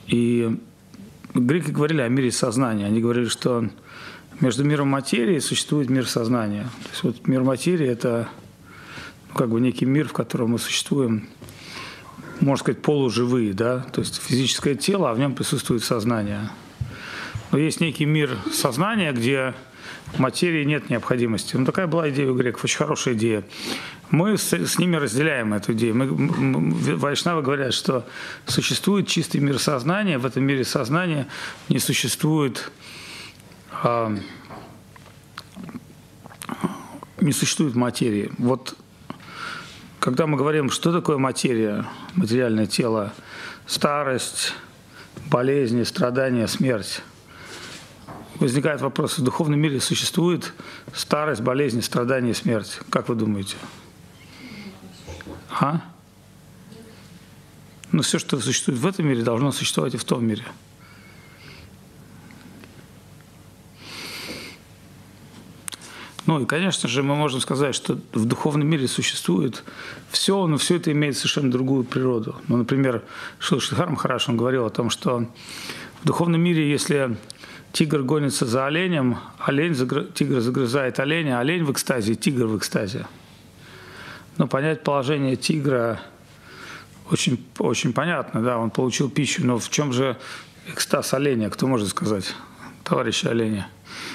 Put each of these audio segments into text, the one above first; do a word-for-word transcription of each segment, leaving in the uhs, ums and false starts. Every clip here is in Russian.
И греки говорили о мире сознания. Они говорили, что между миром материи существует мир сознания. То есть вот мир материи – это ну, как бы некий мир, в котором мы существуем, можно сказать, полуживые, да, то есть физическое тело, а в нем присутствует сознание. Но есть некий мир сознания, где в материи нет необходимости. Ну, такая была идея у греков, очень хорошая идея. Мы с, с ними разделяем эту идею. Мы, мы, вайшнавы говорят, что существует чистый мир сознания, в этом мире сознания не существует, а, не существует материи. Вот когда мы говорим, что такое материя, материальное тело, старость, болезни, страдания, смерть, возникает вопрос, в духовном мире существует старость, болезнь, страдания, смерть. Как вы думаете? А? Но все, что существует в этом мире, должно существовать и в том мире. Ну и, конечно же, мы можем сказать, что в духовном мире существует все, но все это имеет совершенно другую природу. Ну, например, Шрила Шридхар Махарадж, он говорил о том, что в духовном мире, если тигр гонится за оленем, олень, тигр загрызает оленя, олень в экстазе, тигр в экстазе. Но понять положение тигра очень, очень понятно, да, он получил пищу, но в чем же экстаз оленя, кто может сказать, товарищи оленя?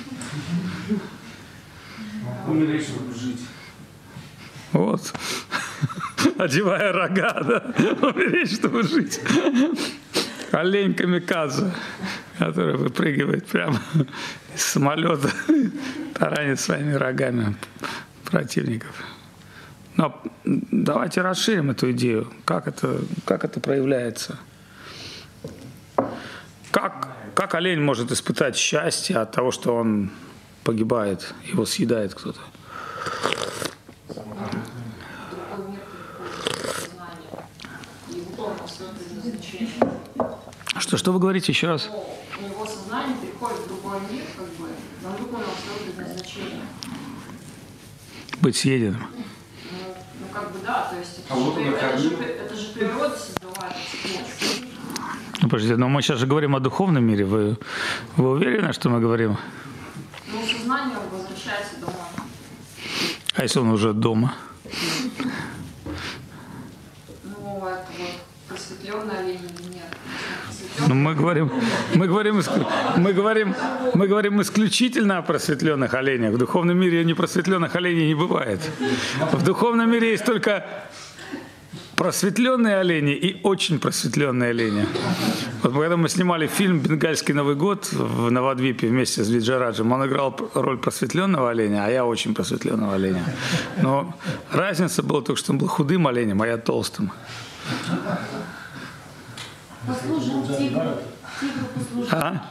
Умереть, чтобы жить. Вот. Одевая рога, да, умереть, чтобы жить. Олень камикадзе, который выпрыгивает прямо из самолета, таранит своими рогами противников. Но давайте расширим эту идею. Как это, как это проявляется? Как, как олень может испытать счастье от того, что он погибает, его съедает кто-то? Что, что вы говорите еще раз? У него сознание приходит в другой мир, как бы, но вдруг он свое предназначение. Быть съеденным. Ну, ну, как бы да, то есть это, А же, вот при- это, же, находил. это же природа создавает эти. Ну, подождите, но мы сейчас же говорим о духовном мире. Вы, вы уверены, что мы говорим? Ну, сознание возвращается домой. А если он уже дома? Ну, это вот просветленная линия или нет? Ну, мы говорим, мы говорим, мы говорим, мы говорим исключительно о просветленных оленях. В духовном мире непросветленных оленей не бывает. В духовном мире есть только просветленные олени и очень просветленные олени. Вот когда мы снимали фильм «Бенгальский Новый год» в Навадвипе вместе с Виджараджем, он играл роль просветленного оленя, а я очень просветленного оленя. Но разница была только, что он был худым оленем, а я толстым. Послужил тигру. Тигру послужил. А?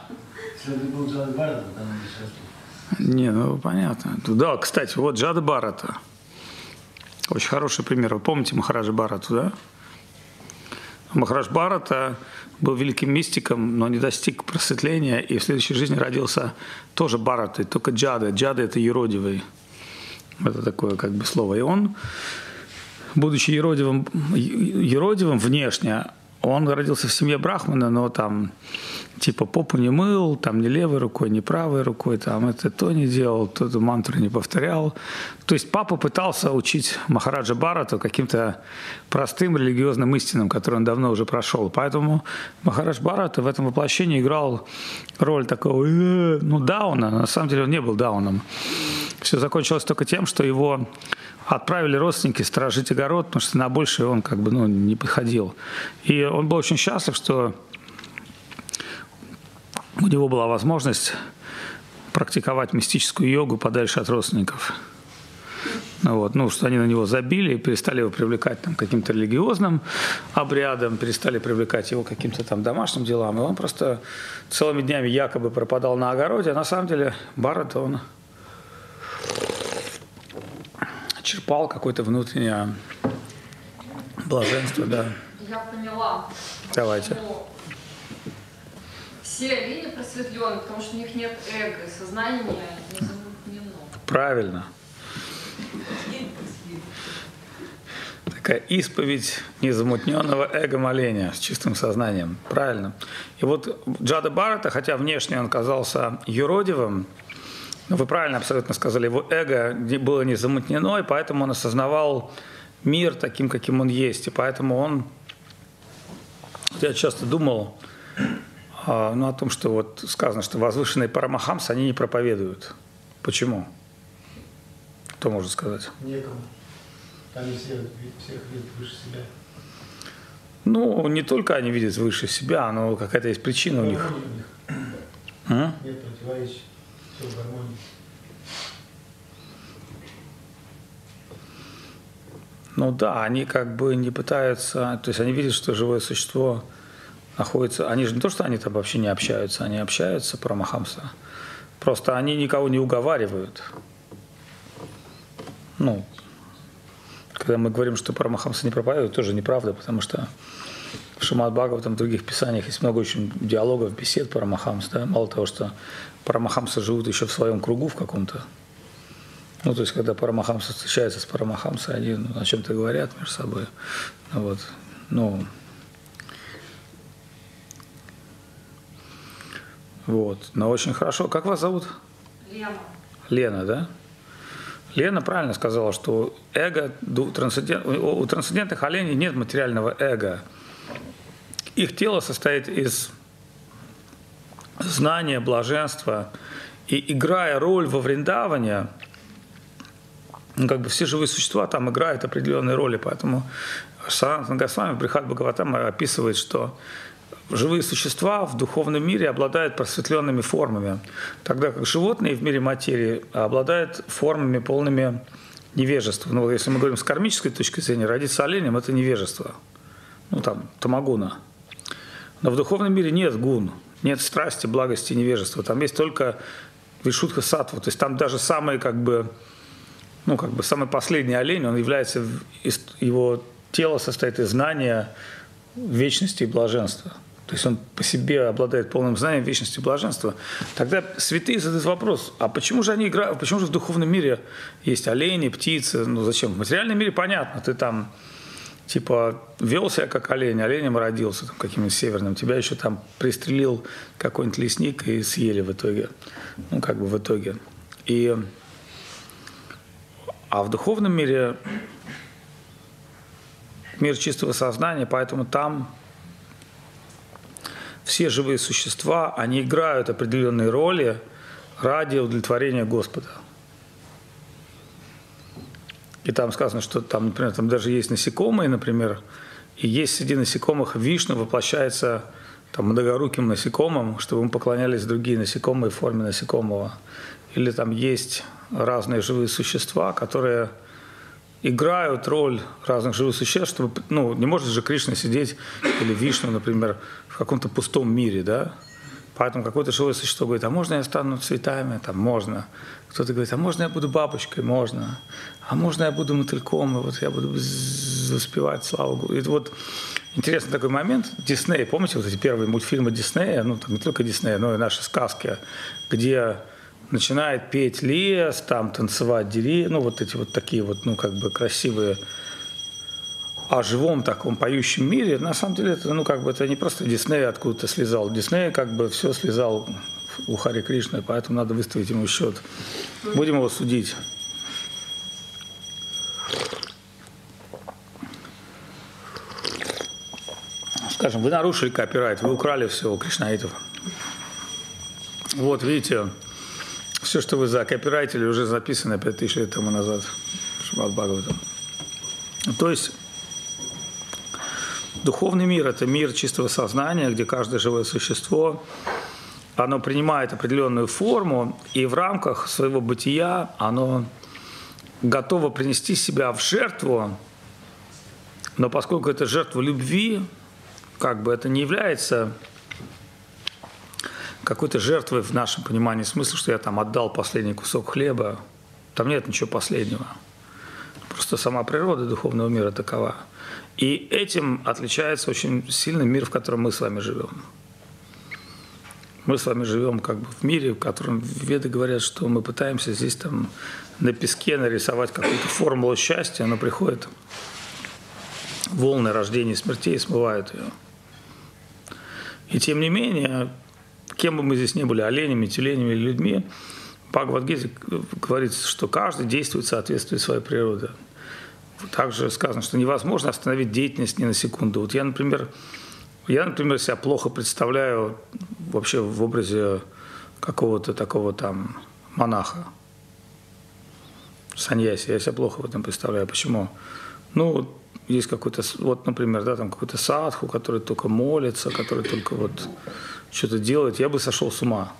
Не, ну понятно. Да, кстати, вот Джада Бхарата. Очень хороший пример. Вы помните Махараджа Бхарату, да? Махарадж Бхарата был великим мистиком, но не достиг просветления, и в следующей жизни родился тоже Бхаратой, только Джада. Джада – это юродивый. Это такое как бы слово. И он, будучи юродивым, юродивым внешне, он родился в семье брахмана, но там типа попу не мыл, там ни левой рукой, ни правой рукой, там это то не делал, то эту мантру не повторял. То есть папа пытался учить Махараджа Бхарату каким-то простым религиозным истинам, которые он давно уже прошел. Поэтому Махарадж Бхарата в этом воплощении играл роль такого, ну, дауна. На самом деле он не был дауном. Все закончилось только тем, что его отправили родственники сторожить огород, потому что на большее он как бы ну, не подходил. И он был очень счастлив, что у него была возможность практиковать мистическую йогу подальше от родственников. Ну, вот, ну, что они на него забили, перестали его привлекать там, каким-то религиозным обрядом, перестали привлекать его каким-то там домашним делам. И он просто целыми днями якобы пропадал на огороде, а на самом деле Бхарата, он черпал какое-то внутреннее блаженство, да. Я поняла. Давайте. Все олени просветленные, потому что у них нет эго, и сознания не замутнено. Правильно. такая исповедь незамутненного эго оленя с чистым сознанием. Правильно. И вот Джада Барата, хотя внешне он казался юродивым, но вы правильно абсолютно сказали, его эго было не замутнено, и поэтому он осознавал мир таким, каким он есть. И поэтому он... Я часто думал а, ну, о том, что вот сказано, что возвышенные парамахамсы, они не проповедуют. Почему? Кто может сказать? Некому. Они все, всех видят выше себя. Ну, не только они видят выше себя, но какая-то есть причина у них. У них. А? Нет противоречий. Все в гармонии. Ну да, они как бы не пытаются, то есть они видят, что живое существо находится, они же не то, что они там вообще не общаются, они общаются, парамахамса, просто они никого не уговаривают. Ну, когда мы говорим, что парамахамсы не проповедуют, тоже неправда, потому что в Шримад Бхагаватам, в других писаниях есть много очень диалогов, бесед парамахамс, да, мало того, что парамахамсы живут еще в своем кругу в каком-то. Ну, то есть, когда парамахамсы встречаются с парамахамсой, они ну, о чем-то говорят между собой. Вот. Ну, вот. Но очень хорошо. Как вас зовут? Лена. Лена, да? Лена правильно сказала, что эго, трансцендент, у трансцендентных оленей нет материального эго. Их тело состоит из знания, блаженства. И играя роль во Вриндаване, ну, как бы все живые существа там играют определенные роли, поэтому Санатана Госвами в Брихат Бхагаватама описывает, что живые существа в духовном мире обладают просветленными формами, тогда как животные в мире материи обладают формами полными невежества. Ну, если мы говорим с кармической точки зрения, родиться оленем – это невежество, ну там тамагуна. Но в духовном мире нет гун, нет страсти, благости, невежества, там есть только вишудха саттва, то есть там даже самые как бы ну, как бы самый последний олень, он является, его тело состоит из знания вечности и блаженства. То есть он по себе обладает полным знанием вечности и блаженства. Тогда святые задают вопрос, а почему же они играют, почему же в духовном мире есть олени, птицы, ну зачем? В материальном мире понятно, ты там типа вел себя как олень, оленем родился, там, каким-нибудь северным, тебя еще там пристрелил какой-нибудь лесник и съели в итоге. Ну, как бы в итоге. И... А в духовном мире мир чистого сознания, поэтому там все живые существа, они играют определенные роли ради удовлетворения Господа. И там сказано, что там, например, там даже есть насекомые, например, и есть среди насекомых Вишну воплощается там, многоруким насекомым, чтобы ему поклонялись другие насекомые в форме насекомого. Или там есть разные живые существа, которые играют роль разных живых существ, чтобы, ну, не может же Кришна сидеть, или Вишну, например, в каком-то пустом мире, да? Поэтому какое-то живое существо говорит, а можно я стану цветами? Там можно. Кто-то говорит, а можно я буду бабочкой? Можно. А можно я буду мотыльком? И вот я буду заспевать славу. И вот интересный такой момент. Дисней, помните вот эти первые мультфильмы Диснея, ну, там не только Диснея, но и наши сказки, где начинает петь лес, там танцевать деревья, ну, вот эти вот такие вот, ну, как бы красивые, о живом таком поющем мире, на самом деле, это, ну, как бы, это не просто Дисней откуда-то слезал. Дисней, как бы, все слезал у Хари Кришны, поэтому надо выставить ему счет. Будем его судить. Скажем, вы нарушили копирайт, вы украли все у кришнаитов. Вот, видите, все, что вы закопирайтили, уже записано пять тысяч лет тому назад. Шримад Бхагаватам. То есть духовный мир – это мир чистого сознания, где каждое живое существо, оно принимает определенную форму, и в рамках своего бытия оно готово принести себя в жертву, но поскольку это жертва любви, как бы это не является какой-то жертвой в нашем понимании смысла, что я там отдал последний кусок хлеба, там нет ничего последнего. Просто сама природа духовного мира такова. И этим отличается очень сильно мир, в котором мы с вами живем. Мы с вами живем как бы в мире, в котором веды говорят, что мы пытаемся здесь там на песке нарисовать какую-то формулу счастья, но приходит волны рождения и смертей смывают ее. И тем не менее, кем бы мы здесь ни были, оленями, тюленями или людьми, в Бхагавад-гите говорится, что каждый действует в соответствии своей природы. Также сказано, что невозможно остановить деятельность ни на секунду. Вот я, например, я, например, себя плохо представляю вообще в образе какого-то такого там монаха, саньяси. Я себя плохо в этом представляю. Почему? Ну, есть какой-то, вот, например, да, там какой-то садху, который только молится, который только вот что-то делает. Я бы сошел с ума.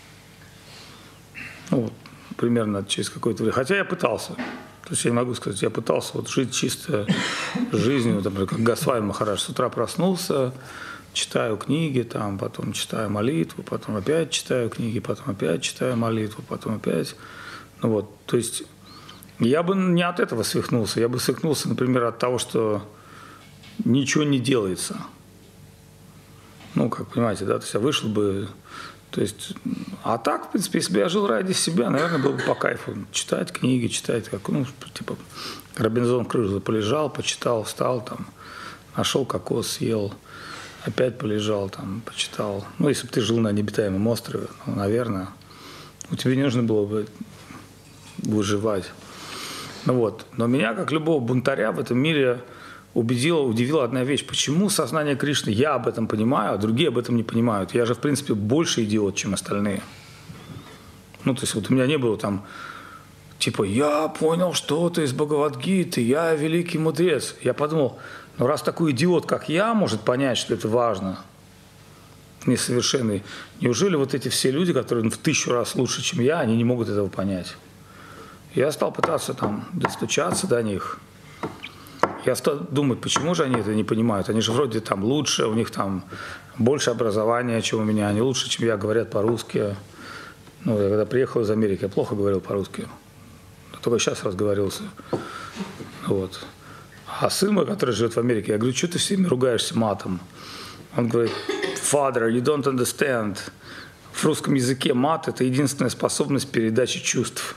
Ну, вот, примерно через какое-то время. Хотя я пытался. То есть я не могу сказать, я пытался вот жить чисто жизнью, например, как Госвами Махарадж. С утра проснулся, читаю книги, там, потом читаю молитву, потом опять читаю книги, потом опять читаю молитву, потом опять. Ну вот, то есть я бы не от этого свихнулся, я бы свихнулся, например, от того, что ничего не делается. Ну, как понимаете, да, то есть я вышел бы, то есть, а так, в принципе, если бы я жил ради себя, наверное, было бы по кайфу читать книги, читать, как, ну, типа, Робинзон Крузо полежал, почитал, встал, там, нашел кокос, съел, опять полежал, там, почитал. Ну, если бы ты жил на необитаемом острове, ну, наверное, ну, тебе не нужно было бы выживать. Ну вот. Но меня, как любого бунтаря в этом мире, убедила, удивила одна вещь. Почему сознание Кришны, я об этом понимаю, а другие об этом не понимают? Я же, в принципе, больше идиот, чем остальные. Ну, то есть вот у меня не было там, типа, я понял что-то из Бхагавад-гиты, я великий мудрец. Я подумал, ну, раз такой идиот, как я, может понять, что это важно, несовершенный, неужели вот эти все люди, которые в тысячу раз лучше, чем я, они не могут этого понять? Я стал пытаться там достучаться до них. Я стал думать, почему же они это не понимают? Они же вроде там лучше, у них там больше образования, чем у меня, они лучше, чем я, говорят по-русски. Ну, я когда приехал из Америки, я плохо говорил по-русски. Только сейчас разговорился. Вот. А сын мой, который живет в Америке, я говорю, что ты с ними ругаешься матом? Он говорит, father, you don't understand. В русском языке мат – это единственная способность передачи чувств.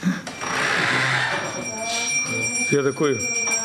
Я такой...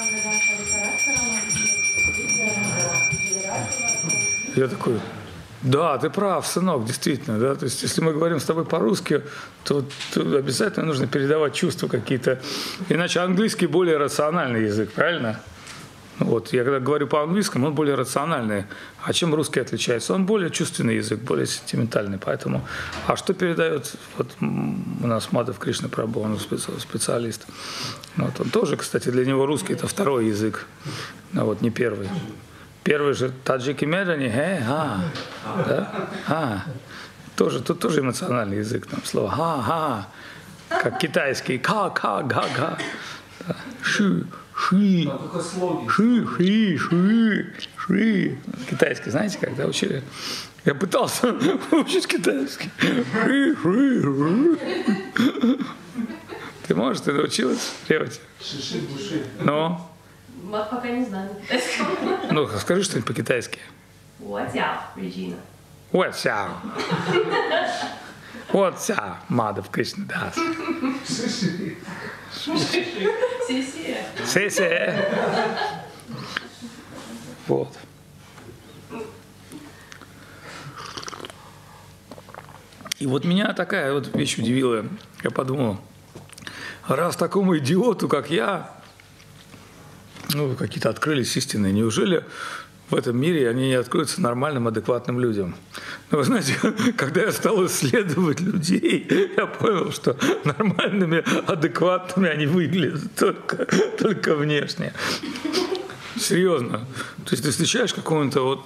Я такой, да, ты прав, сынок, действительно, да, то есть если мы говорим с тобой по-русски, то, то обязательно нужно передавать чувства какие-то, иначе английский более рациональный язык, правильно? Вот, я когда говорю по-английскому, он более рациональный, а чем русский отличается? Он более чувственный язык, более сентиментальный, поэтому, а что передает, вот у нас Мадхав Кришна Прабху, он специалист, вот, он тоже, кстати, для него русский – это второй язык, ну, вот, не первый. Первый же таджики медани, э, а, да, а, тоже, тут тоже эмоциональный язык, там слово ха, ха, как китайский, ка, ка, га, га, да. Ши, ши, ши, ши, ши, ши. Китайский, знаете, когда учили? Я пытался учить китайский. Ши, ши, ши. Ты можешь, ты научилась, Ревати? Шиши, буши. Ну? Пока не знаю на китайском. Ну, скажи что-нибудь по-китайски. What's Regina? What's up? What's up, Мадхав Кришна Дас? Си-си. Си-си. Вот. И вот меня такая вот вещь удивила. Я подумал, раз такому идиоту, как я, ну, какие-то открылись истины, неужели в этом мире они не откроются нормальным, адекватным людям? Но вы знаете, когда я стал исследовать людей, я понял, что нормальными, адекватными они выглядят только, только внешне. Серьезно. То есть ты встречаешь какого-нибудь вот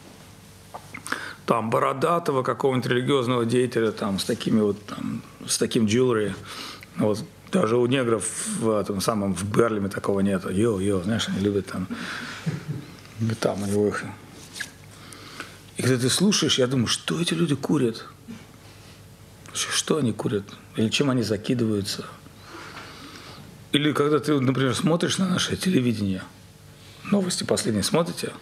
там бородатого какого-нибудь религиозного деятеля там с такими вот там, с таким джулери, вот. Даже у негров в этом самом в Берлиме такого нет. Йо-йо, знаешь, они любят там, там у него их. И когда ты слушаешь, я думаю, что эти люди курят? Что они курят? Или чем они закидываются? Или когда ты, например, смотришь на наше телевидение, новости последние смотрите,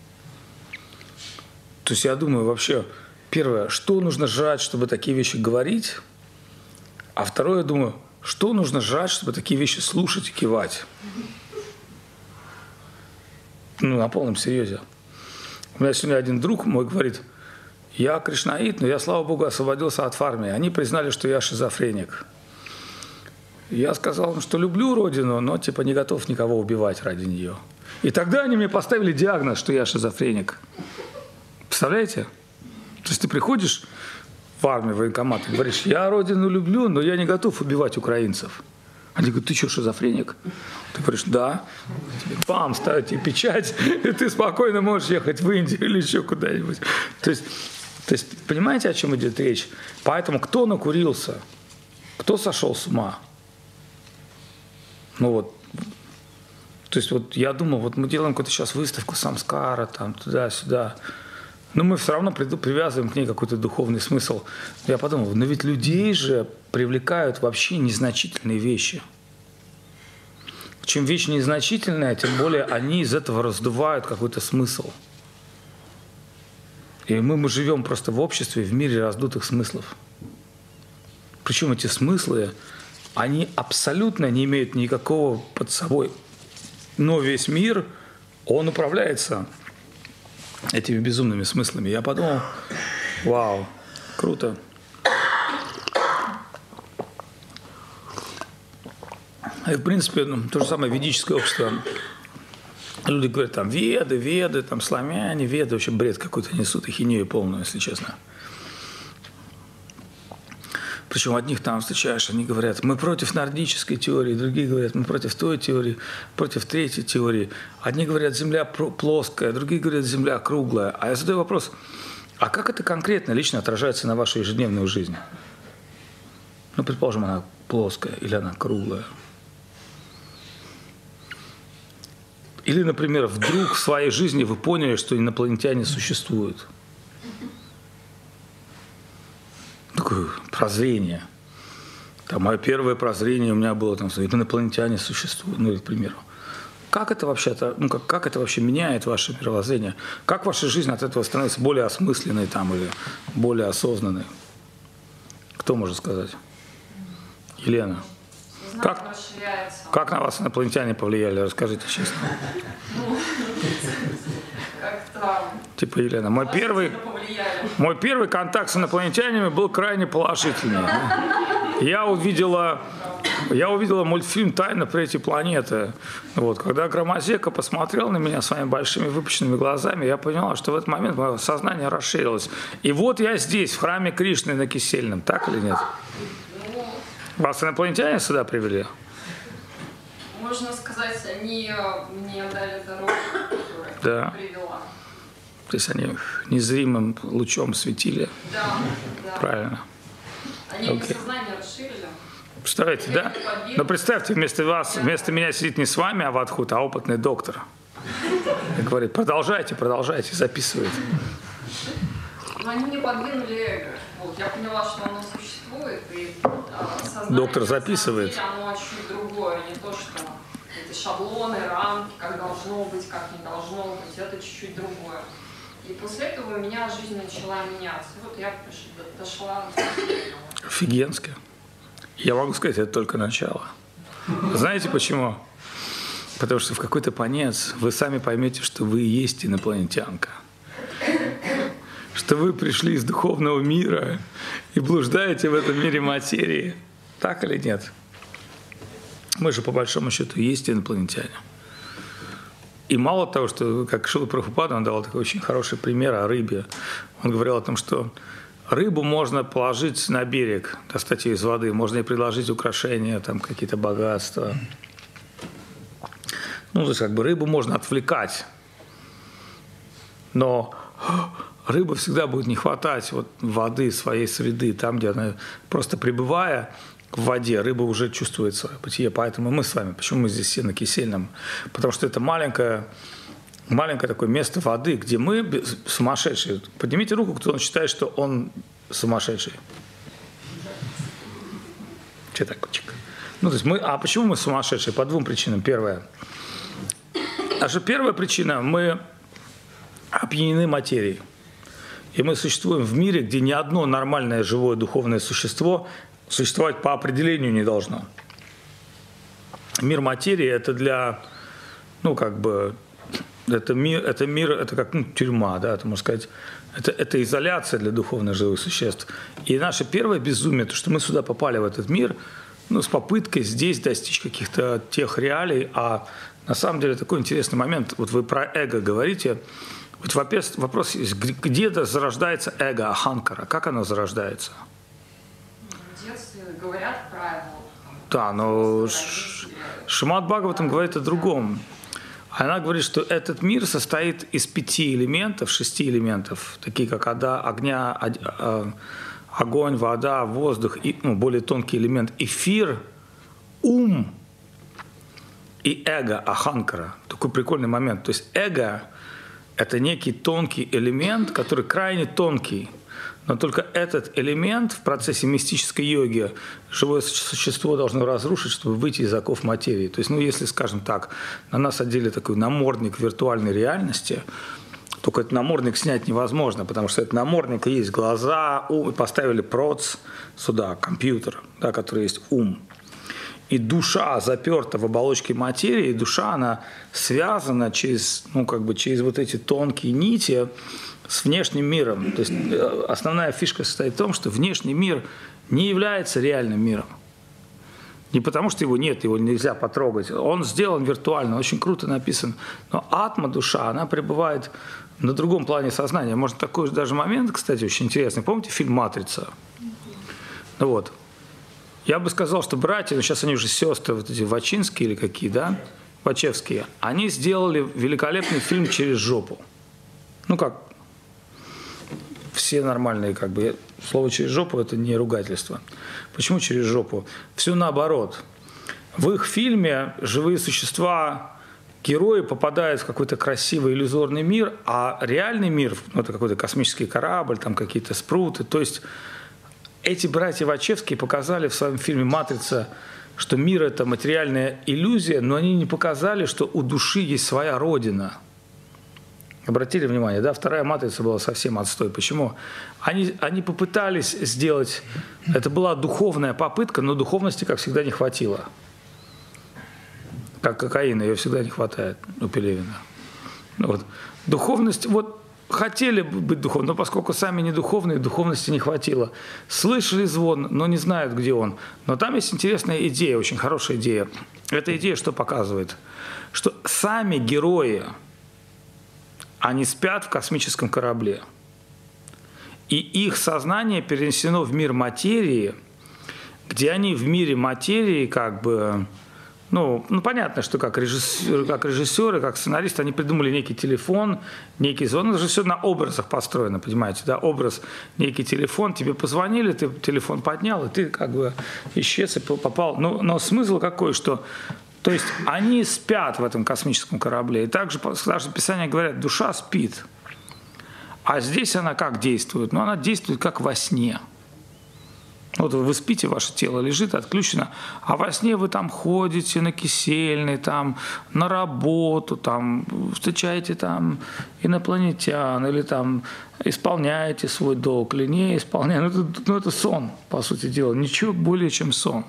то есть я думаю вообще, первое, что нужно жрать, чтобы такие вещи говорить, а второе, я думаю, что нужно жрать, чтобы такие вещи слушать и кивать? Ну, на полном серьезе. У меня сегодня один друг мой говорит, я кришнаит, но я, слава богу, освободился от фармии. Они признали, что я шизофреник. Я сказал им, что люблю родину, но типа не готов никого убивать ради нее. И тогда они мне поставили диагноз, что я шизофреник. Представляете? То есть ты приходишь в армию, в военкомат, и говоришь, я родину люблю, но я не готов убивать украинцев. Они говорят, ты что, шизофреник? Ты говоришь, да. Тебе бам, ставят тебе печать, и ты спокойно можешь ехать в Индию или еще куда-нибудь. То есть, то есть, понимаете, о чем идет речь? Поэтому кто накурился? Кто сошел с ума? Ну вот. То есть вот я думал, вот мы делаем какую-то сейчас выставку самскара, там, туда-сюда. Но мы все равно привязываем к ней какой-то духовный смысл. Я подумал, но ведь людей же привлекают вообще незначительные вещи. Чем вещь незначительная, тем более они из этого раздувают какой-то смысл. И мы, мы живем просто в обществе, в мире раздутых смыслов. Причем эти смыслы, они абсолютно не имеют никакого под собой. Но весь мир, он управляется этими безумными смыслами. Я подумал, вау, круто. И, в принципе, ну, то же самое ведическое общество. Люди говорят, там, веды, веды, там, славяне, веды. Вообще бред какой-то несут, ахинею полную, если честно. Причем одних там встречаешь, они говорят, мы против нордической теории, другие говорят, мы против той теории, против третьей теории. Одни говорят, Земля плоская, другие говорят, Земля круглая. А я задаю вопрос, а как это конкретно лично отражается на вашей ежедневной жизни? Ну, предположим, она плоская или она круглая. Или, например, вдруг в своей жизни вы поняли, что инопланетяне существуют. Такое прозрение. Там, мое первое прозрение у меня было, там, инопланетяне существуют, ну, к примеру. Как это вообще, ну, как, как это вообще меняет ваше мировоззрение? Как ваша жизнь от этого становится более осмысленной там, или более осознанной? Кто может сказать? Елена. Как, как на вас инопланетяне повлияли? Расскажите честно. Ну, как-то... Типа, Елена, мой первый, мой первый контакт с инопланетянами был крайне положительный. Я увидела, я увидела мультфильм «Тайна третьей планеты». Вот, когда Громозека посмотрел на меня своими большими выпущенными глазами, я поняла, что в этот момент мое сознание расширилось. И вот я здесь, в храме Кришны на Кисельном. Так или нет? Вас инопланетяне сюда привели? Можно сказать, они мне дали дорогу, которую Да. привела. То есть они незримым лучом светили? Да, да. Правильно. Они Okay. мне сознание расширили. Представляете, да? Но представьте, вместо вас, вместо меня сидит не с вами Аватхут, а опытный доктор. И говорит, продолжайте, продолжайте, записывает. Но они мне подвинули эго. Вот, я поняла, что оно существует, и а, сознание, Доктор записывает. на самом деле, оно чуть другое, не то, что эти шаблоны, рамки, как должно быть, как не должно быть, это чуть-чуть другое. И после этого у меня жизнь начала меняться. И вот я дошла до... Офигенски. Я могу сказать, это только начало. Знаете почему? Потому что в какой-то конец вы сами поймете, что вы и есть инопланетянка. Что вы пришли из духовного мира и блуждаете в этом мире материи. Так или нет? Мы же, по большому счету, есть инопланетяне. И мало того, что, как Шрила Прабхупада, он давал такой очень хороший пример о рыбе. Он говорил о том, что рыбу можно положить на берег, достать ее из воды, можно ей предложить украшения, там какие-то богатства. Ну, то есть как бы рыбу можно отвлекать. Но рыба всегда будет не хватать вот воды, своей среды, там, где она просто пребывая в воде, рыба уже чувствует свое бытие. Поэтому мы с вами, почему мы здесь все на Кисельном? Потому что это маленькое, маленькое такое место воды, где мы сумасшедшие. Поднимите руку, кто считает, что он сумасшедший. Че так, чик. Ну, то есть мы, а почему мы сумасшедшие? По двум причинам. Первая. Наша первая причина – мы опьянены материей. И мы существуем в мире, где ни одно нормальное живое духовное существо существовать по определению не должно. Мир материи – это для, ну, как бы, Это мир, это мир, это как ну, тюрьма, да, это можно сказать, это, это изоляция для духовно живых существ. И наше первое безумие, то, что мы сюда попали в этот мир, ну, с попыткой здесь достичь каких-то тех реалий, а на самом деле такой интересный момент, вот вы про эго говорите, вот вопрос, вопрос есть, где-то зарождается эго Аханкара, как оно зарождается? В детстве говорят правила. Да, но Шримад Бхагаватам говорит о другом. Она говорит, что этот мир состоит из пяти элементов, шести элементов, такие как вода, огня, огонь, вода, воздух, и ну, более тонкий элемент эфир, ум и эго, аханкара. Такой прикольный момент. То есть эго – это некий тонкий элемент, который крайне тонкий. Но только этот элемент в процессе мистической йоги живое существо должно разрушить, чтобы выйти из оков материи. То есть, ну, если, скажем так, на нас одели такой намордник виртуальной реальности, только этот намордник снять невозможно, потому что этот намордник есть глаза, ум, и поставили проц сюда, компьютер, да, который есть ум. И душа заперта в оболочке материи, и душа, она связана через, ну, как бы через вот эти тонкие нити с внешним миром. То есть основная фишка состоит в том, что внешний мир не является реальным миром. Не потому, что его нет, его нельзя потрогать. Он сделан виртуально, очень круто написан. Но атма, душа, она пребывает на другом плане сознания. Может, такой же даже момент, кстати, очень интересный. Помните фильм «Матрица»? Ну вот. Я бы сказал, что братья, ну сейчас они уже сестры, вот эти Вачинские или какие, да, Вачевские, они сделали великолепный фильм «Через жопу». Ну как, все нормальные, как бы, слово «через жопу» – это не ругательство. Почему «через жопу»? Все наоборот. В их фильме живые существа, герои попадают в какой-то красивый иллюзорный мир, а реальный мир, ну, это какой-то космический корабль, там какие-то спруты, то есть эти братья Вачевские показали в своем фильме «Матрица», что мир – это материальная иллюзия, но они не показали, что у души есть своя родина. Обратили внимание, да, вторая «Матрица» была совсем отстой. Почему? Они, они попытались сделать, это была духовная попытка, но духовности, как всегда, не хватило. Как кокаина, ее всегда не хватает у Пелевина. Вот. Духовность, вот хотели быть духовными, но поскольку сами не духовные, духовности не хватило. Слышали звон, но не знают, где он. Но там есть интересная идея, очень хорошая идея. Эта идея что показывает? Что сами герои, они спят в космическом корабле. И их сознание перенесено в мир материи, где они в мире материи как бы... Ну, ну, понятно, что как режиссеры, как режиссеры, как сценаристы, они придумали некий телефон, некий звон. Это же все на образах построено, понимаете, да? Образ, некий телефон, тебе позвонили, ты телефон поднял, и ты как бы исчез и попал. Ну, но смысл какой, что... То есть они спят в этом космическом корабле. И также, даже Писания говорят, душа спит. А здесь она как действует? Ну, она действует как во сне. Вот вы спите, ваше тело лежит отключено, а во сне вы там ходите на кисельный, там, на работу, там, встречаете там инопланетян, или там исполняете свой долг, или не исполняете. Ну это, ну, это сон, по сути дела, ничего более, чем сон.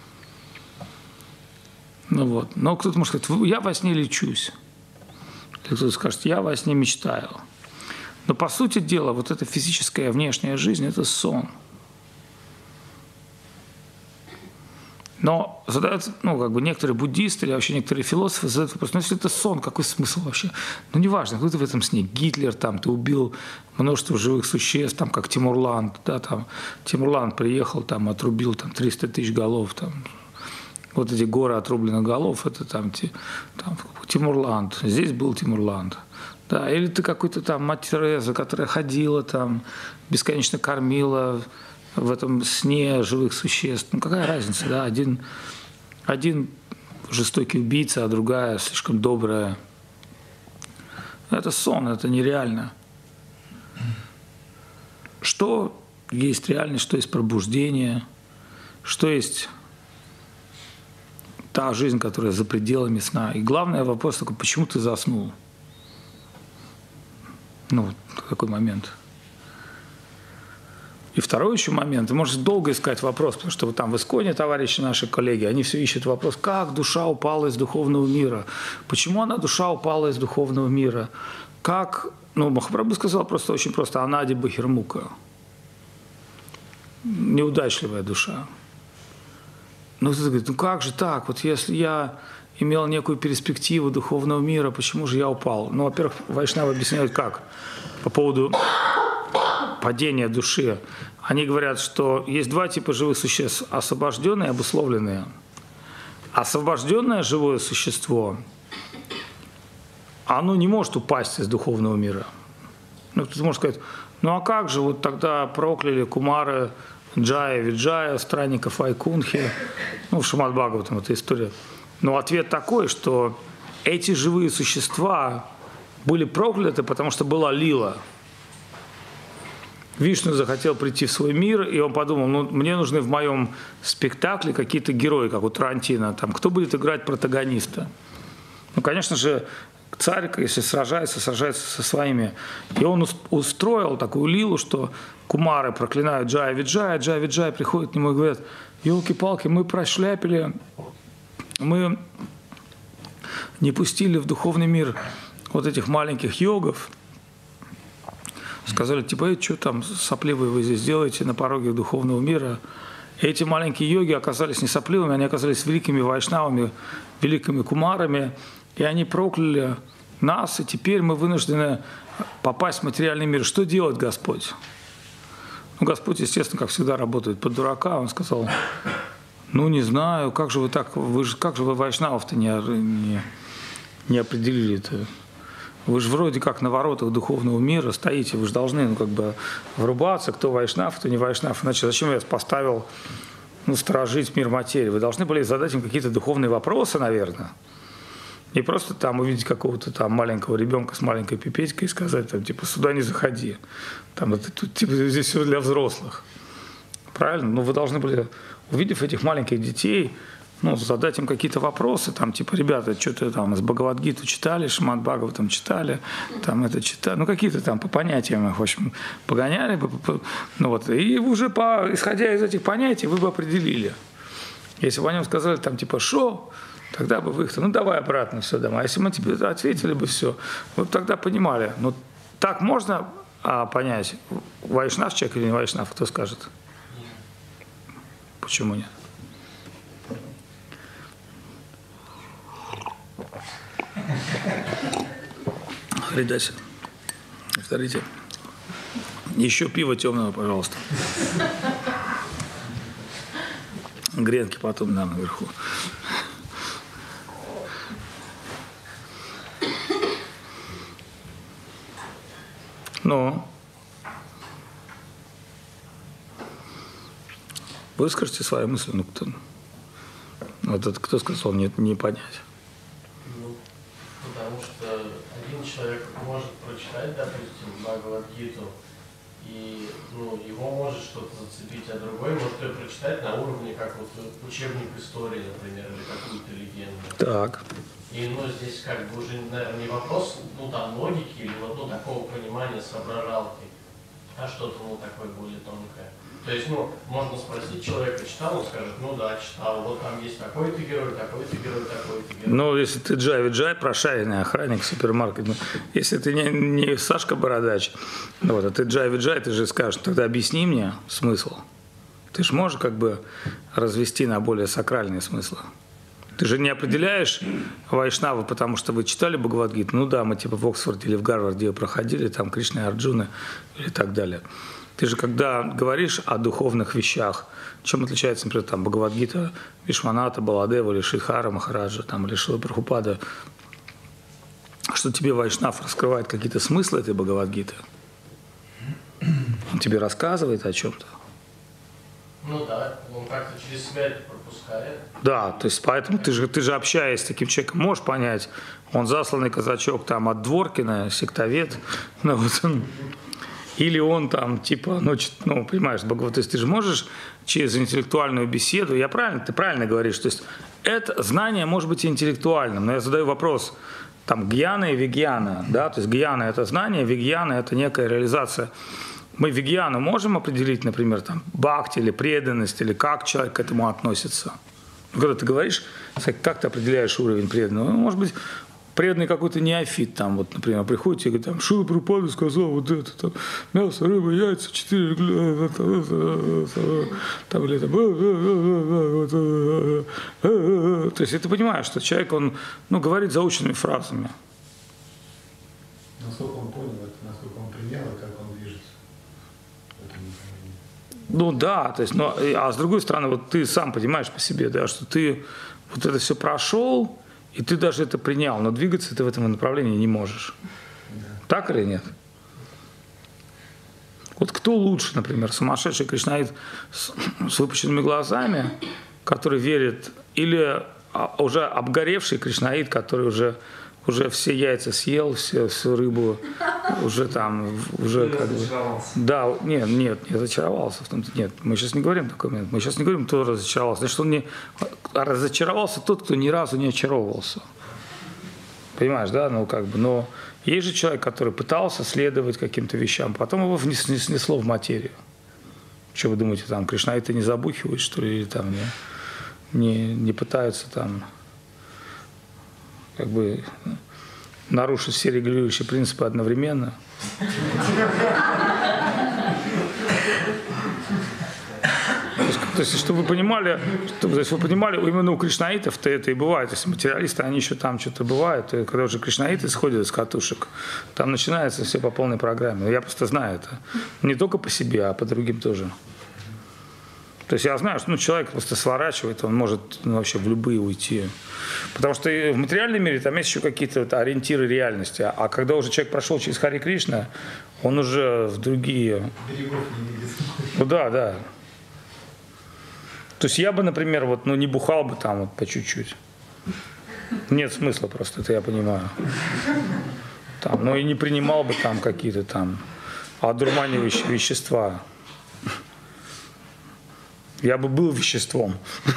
Ну вот. Но кто-то может сказать, я во сне лечусь. Или кто-то скажет, я во сне мечтаю. Но по сути дела, вот эта физическая внешняя жизнь – это сон. Но задают, ну, как бы некоторые буддисты или вообще некоторые философы задают вопрос, ну, если это сон, какой смысл вообще? Ну, неважно, кто ты в этом сне, Гитлер, там, ты убил множество живых существ, там, как Тимурлан, да, там, Тимурлан приехал, там, отрубил, там, триста тысяч голов, там, вот эти горы отрубленных голов, это там, там Тимурлан, здесь был Тимурлан. Да, или ты какой-то там мать Тереза, которая ходила там, бесконечно кормила в этом сне живых существ. Ну какая разница, да? Один, один жестокий убийца, а другая слишком добрая. Это сон, это нереально. Что есть реальность, что есть пробуждение, что есть та жизнь, которая за пределами сна. И главный вопрос такой, почему ты заснул? Ну, такой момент. И второй еще момент, ты можешь долго искать вопрос, потому что вот там в Исконе товарищи наши коллеги, они все ищут вопрос, как душа упала из духовного мира, почему она душа упала из духовного мира, как, ну, Махапрабху сказал просто очень просто, анади бахирмука, неудачливая душа. Ну, кто-то говорит, ну как же так, вот если я имел некую перспективу духовного мира, почему же я упал? Ну, во-первых, вайшнавы объясняют как, по поводу падения души. Они говорят, что есть два типа живых существ, освобожденные и обусловленные. Освобожденное живое существо, оно не может упасть из духовного мира. Ну, кто-то может сказать, ну а как же, вот тогда прокляли Кумары, Джая, Виджая, странников Вайкунхи, ну, в Шримад Бхагаватам эта история. Но ответ такой, что эти живые существа были прокляты, потому что была лила. Вишну захотел прийти в свой мир, и он подумал, ну, мне нужны в моем спектакле какие-то герои, как у Тарантино. Там, кто будет играть протагониста? Ну, конечно же, царь, если сражается, сражается со своими. И он устроил такую лилу, что кумары проклинают Джая Виджая, Джая Виджая приходит к нему и говорят, елки-палки, мы прошляпили, мы не пустили в духовный мир вот этих маленьких йогов. Сказали, типа, что там сопливые вы здесь делаете на пороге духовного мира? И эти маленькие йоги оказались не сопливыми, они оказались великими вайшнавами, великими кумарами, и они прокляли нас, и теперь мы вынуждены попасть в материальный мир. Что делать, Господь? Ну, Господь, естественно, как всегда, работает под дурака. Он сказал, ну, не знаю, как же вы так, вы же, как же вы вайшнавов-то не, не, не определили-то? Вы же вроде как на воротах духовного мира стоите, вы же должны, ну, как бы врубаться, кто вайшнав, кто не вайшнав. Иначе зачем я вас поставил, ну, сторожить мир материи? Вы должны были задать им какие-то духовные вопросы, наверное. Не просто там увидеть какого-то там маленького ребенка с маленькой пипетькой и сказать, там, типа, сюда не заходи. Там, это, тут, типа, здесь все для взрослых. Правильно? Но вы должны были, увидев этих маленьких детей, ну, задать им какие-то вопросы, там, типа, ребята, что-то там с Бхагавад-гиту читали, Шримад Бхагаватам читали, там это читали, ну, какие-то там по понятиям их, в общем, погоняли бы, ну, вот, и уже, по, исходя из этих понятий, вы бы определили. Если бы они сказали, там, типа, шо, тогда бы вы их, ну, давай обратно все домой. А если мы тебе ответили бы все, вы бы тогда понимали. Ну, так можно а, понять, вайшнав человек или не вайшнав, кто скажет? Нет. Почему нет? Харидаси. Повторите. Еще пиво темного, пожалуйста. Гренки потом нам наверху. Ну, выскажите свои мысли. Ну, кто, вот это кто сказал, нет, не понять. Ну, потому что один человек может прочитать, допустим, Бхагавад-гиту, и, ну, его может что-то зацепить, а другой может ее прочитать на уровне, как вот учебник истории, например, или какую-то легенду. Так. И, ну, здесь как бы уже, наверное, не вопрос, ну, там, логики или вот, ну, такого понимания соображалки, а что-то, ну, такое более тонкое. То есть, ну, можно спросить человека, читал, он скажет, ну да, читал, вот там есть такой-то герой, такой-то герой, такой-то герой. Ну, если ты Джай Виджай, прошаренный охранник супермаркета, если ты не, не Сашка Бородач, вот, а ты Джай Виджай, ты же скажешь, тогда объясни мне смысл. Ты же можешь как бы развести на более сакральные смыслы. Ты же не определяешь вайшнавы, потому что вы читали Бхагавад-гиту, ну да, мы типа в Оксфорде или в Гарварде ее проходили, там Кришна и Арджуна или так далее. Ты же, когда говоришь о духовных вещах, чем отличается, например, там Бхагавад-гита Вишваната, Баладева или Шридхара Махараджа, там, или Шрила Прабхупада, что тебе вайшнав раскрывает какие-то смыслы этой Бхагавад-гиты? Он тебе рассказывает о чем-то? Ну да, он как-то через себя это пропускает. Да, то есть поэтому ты же, ты же общаясь с таким человеком, можешь понять, он засланный казачок там от Дворкина, сектовед, ну, вот он, или он там типа, ну, ну понимаешь, то есть ты же можешь через интеллектуальную беседу, я правильно, ты правильно говоришь, то есть это знание может быть интеллектуальным, но я задаю вопрос, там гьяна и вигьяна, да, то есть гьяна это знание, вигьяна это некая реализация мы вегьяну можем определить, например, там, бхакти или преданность, или как человек к этому относится? Когда ты говоришь, как ты определяешь уровень преданного? Ну, может быть, преданный какой-то неофит, там, вот, например, приходит и говорит, там, Шрила Прабхупада сказал вот это, там, мясо, рыба, яйца, четыре, там, или там, то есть, ты понимаешь, что человек, он, ну, говорит заученными фразами. Насколько он понял это, насколько он принял и как он движется. Ну да, то есть, ну, а с другой стороны, вот ты сам понимаешь по себе, да, что ты вот это все прошел, и ты даже это принял, но двигаться ты в этом направлении не можешь. Да. Так или нет? Вот кто лучше, например, сумасшедший кришнаит с, с выпущенными глазами, который верит, или уже обгоревший кришнаит, который уже, уже все яйца съел, все, всю рыбу, уже там, уже как бы... Да, нет, нет, не разочаровался. В том-то, нет, мы сейчас не говорим такой момент. Мы сейчас не говорим, кто разочаровался. Значит, он не... разочаровался тот, кто ни разу не очаровывался. Понимаешь, да? Ну, как бы, но есть же человек, который пытался следовать каким-то вещам, потом его снесло в материю. Что вы думаете, там, кришнаиты не забухивают, что ли, или там не, не, не пытаются там как бы нарушить все регулирующие принципы одновременно? То есть, чтобы вы понимали, чтобы, то есть вы понимали, именно у кришнаитов-то это и бывает. Если материалисты, они еще там что-то бывают, и когда уже кришнаиты сходят с катушек, там начинается все по полной программе. Я просто знаю это. Не только по себе, а по другим тоже. То есть я знаю, что ну, человек просто сворачивает, он может ну, вообще в любые уйти. Потому что в материальном мире там есть еще какие-то вот, ориентиры реальности. А когда уже человек прошел через Хари Кришна, он уже в другие... Берегов не видит. Ну да, да. То есть я бы, например, вот, ну, не бухал бы там вот по чуть-чуть. Нет смысла просто, это я понимаю. Там, ну и не принимал бы там какие-то там одурманивающие вещества. Я бы был веществом.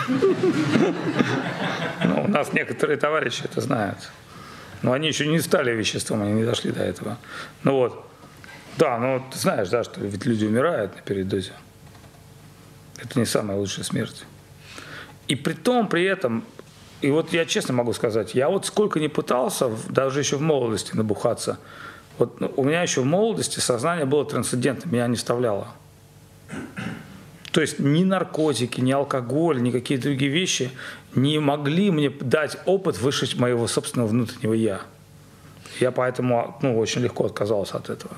Ну, у нас некоторые товарищи это знают. Но они еще не стали веществом, они не дошли до этого. Ну вот. Да, ну ты знаешь, да, что ведь люди умирают на передозе. Это не самая лучшая смерть. И при том, при этом, и вот я честно могу сказать, я вот сколько не пытался, даже еще в молодости набухаться, вот ну, у меня еще в молодости сознание было трансцендентным, меня не вставляло. То есть ни наркотики, ни алкоголь, ни какие-то другие вещи не могли мне дать опыт выше моего собственного внутреннего «я». Я поэтому ну, очень легко отказался от этого.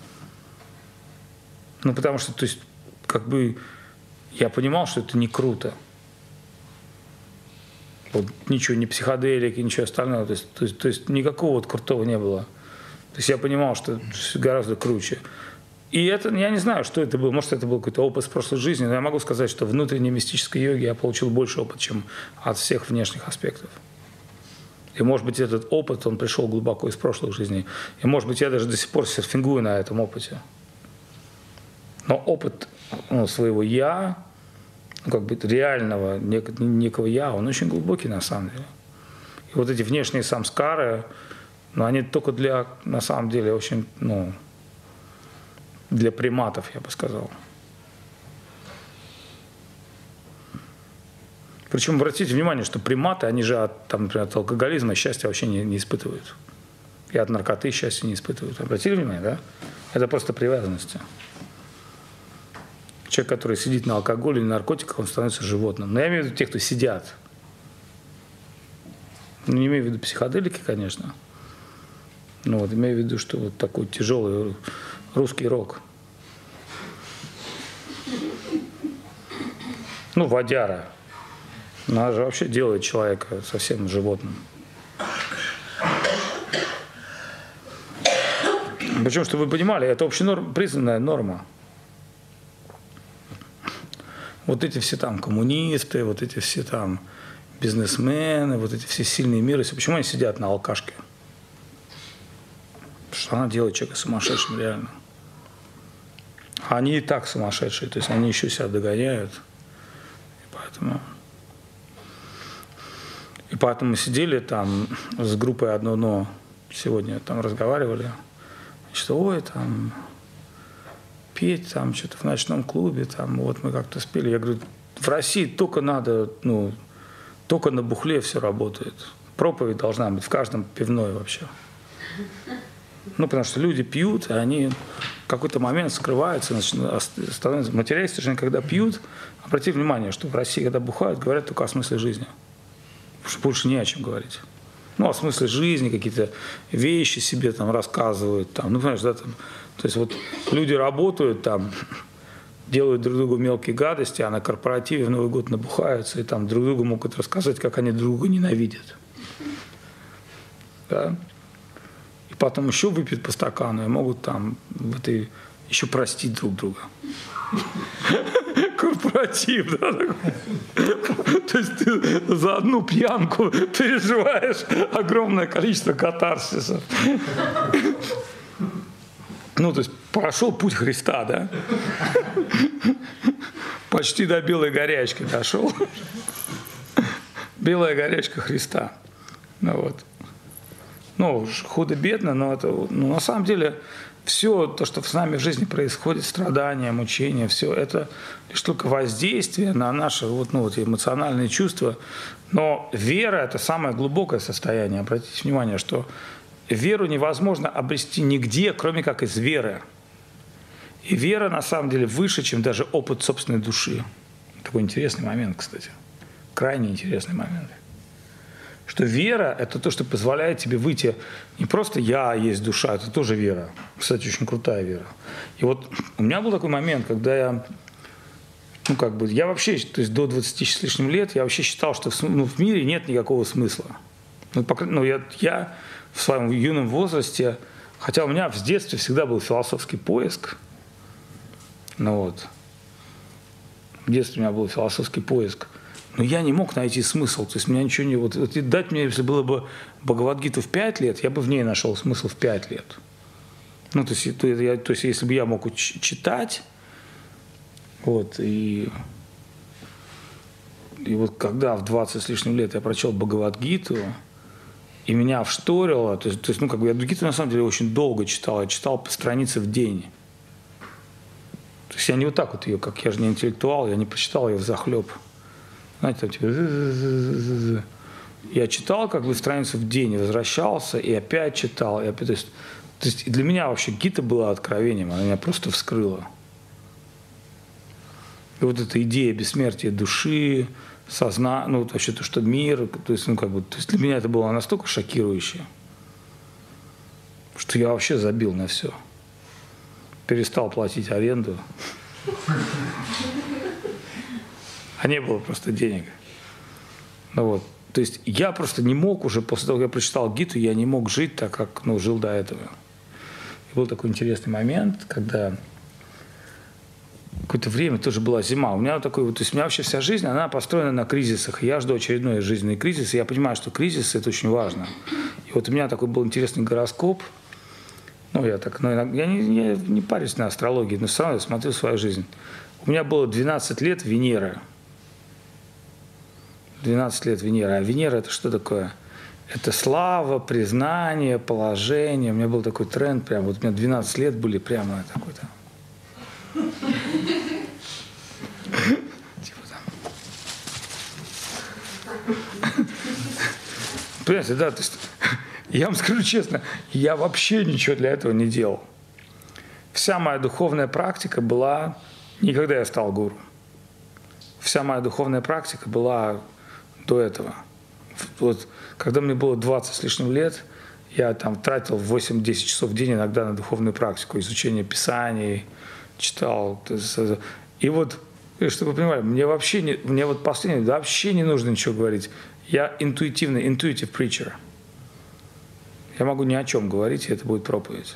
Ну, потому что, то есть, как бы, я понимал, что это не круто. Вот ничего, ни психоделики, ничего остального. То есть, то есть, то есть никакого вот крутого не было. То есть я понимал, что гораздо круче. И это, я не знаю, что это было. Может, это был какой-то опыт с прошлой жизни, но я могу сказать, что в внутренней мистической йоге я получил больше опыта, чем от всех внешних аспектов. И, может быть, этот опыт, он пришел глубоко из прошлых жизней. И, может быть, я даже до сих пор серфингую на этом опыте. Но опыт ну, своего «я», ну, как бы реального нек- некого «я», он очень глубокий на самом деле. И вот эти внешние самскары, ну, они только для, на самом деле, очень, ну, для приматов, я бы сказал. Причем обратите внимание, что приматы, они же от, там, например, от алкоголизма счастья вообще не, не испытывают. И от наркоты счастья не испытывают. Обратили внимание, да? Это просто привязанности. Человек, который сидит на алкоголе или наркотиках, он становится животным. Но я имею в виду тех, кто сидят. Ну, не имею в виду психоделики, конечно. Ну, вот, имею в виду, что вот такой тяжелый русский рок. Ну, водяра. Она же вообще делает человека совсем животным. Причем, чтобы вы понимали, это общепризнанная норма. Вот эти все там коммунисты, вот эти все там бизнесмены, вот эти все сильные миры, почему они сидят на алкашке? Потому что она делает человека сумасшедшим реально. А они и так сумасшедшие, то есть они еще себя догоняют. И поэтому... И поэтому мы сидели там с группой «Одно но» сегодня там разговаривали, что ой, там петь там что-то в ночном клубе, там вот мы как-то спели. Я говорю, в России только надо, ну, только на бухле все работает. Проповедь должна быть в каждом пивной вообще. Ну, потому что люди пьют, и они в какой-то момент скрываются, становятся материалисты, когда пьют. Обратите внимание, что в России, когда бухают, говорят только о смысле жизни. Потому что больше не о чем говорить. Ну, о смысле жизни, какие-то вещи себе там рассказывают. Там, ну, понимаешь, да, там, то есть вот люди работают там, делают друг другу мелкие гадости, а на корпоративе в Новый год набухаются, и там друг другу могут рассказать, как они друг друга ненавидят. Да? И потом еще выпьют по стакану и могут там в этой еще простить друг друга. Корпоратив, да, такой. То есть ты за одну пьянку переживаешь огромное количество катарсисов. Ну, то есть прошел путь Христа, да? Почти до белой горячки дошел. Белая горячка Христа. Ну, вот. Ну, худо-бедно, но это, ну, на самом деле, все то, что с нами в жизни происходит, страдания, мучения, все это лишь только воздействие на наши вот, ну, вот, эмоциональные чувства. Но вера – это самое глубокое состояние. Обратите внимание, что веру невозможно обрести нигде, кроме как из веры. И вера, на самом деле, выше, чем даже опыт собственной души. Такой интересный момент, кстати. Крайне интересный момент. Что вера – это то, что позволяет тебе выйти не просто «я есть душа», это тоже вера. Кстати, очень крутая вера. И вот у меня был такой момент, когда я, ну как бы, я вообще, то есть до двадцати с лишним лет, я вообще считал, что в, ну, в мире нет никакого смысла. Ну, по, ну я, я в своем юном возрасте, хотя у меня в детстве всегда был философский поиск, ну вот, в детстве у меня был философский поиск, но я не мог найти смысл. То есть меня ничего не... Вот, вот дать мне, если было бы Бхагавад-гиту в пять лет, я бы в ней нашел смысл в пять лет. Ну, то есть, то, я, то есть если бы я мог читать, вот, и, и вот когда в двадцать с лишним лет я прочел Бхагавад-гиту, и меня вшторило, то есть, то есть ну, как бы я Гиту на самом деле очень долго читал, я читал по странице в день. То есть я не вот так вот ее, как я же не интеллектуал, я не прочитал ее взахлеб. Знаете, там типа... Я читал как бы страницу в день, возвращался и опять читал. И опять, то есть, то есть для меня вообще Гита была откровением, она меня просто вскрыла. И вот эта идея бессмертия души, сознания, ну вообще то, что мир, то есть, ну, как бы, то есть для меня это было настолько шокирующе, что я вообще забил на все. Перестал платить аренду. А не было просто денег. Ну вот. То есть я просто не мог уже, после того, как я прочитал Гиту, я не мог жить так, как ну, жил до этого. И был такой интересный момент, когда какое-то время тоже была зима. У меня вот такой вот, то есть у меня вообще вся жизнь, она построена на кризисах. И я жду очередной жизненный кризис, и я понимаю, что кризис – это очень важно. И вот у меня такой был интересный гороскоп. Ну, я так, ну, я не, не, не парюсь на астрологии, но все равно я смотрю свою жизнь. У меня было двенадцать лет Венеры. двенадцать лет Венера. А Венера – это что такое? Это слава, признание, положение. У меня был такой тренд, прям вот у меня двенадцать лет были прямо такой-то. Типа там. Понимаете, да, то есть, я вам скажу честно, я вообще ничего для этого не делал. Вся моя духовная практика была, не когда я стал гуру. Вся моя духовная практика была до этого. Вот, когда мне было двадцать с лишним лет, я там тратил восемь-десять часов в день иногда на духовную практику, изучение писаний, читал. И вот, чтобы вы понимали, мне вообще не, мне вот последнее, вообще не нужно ничего говорить. Я интуитивный, intuitive preacher. Я могу ни о чем говорить, и это будет проповедь.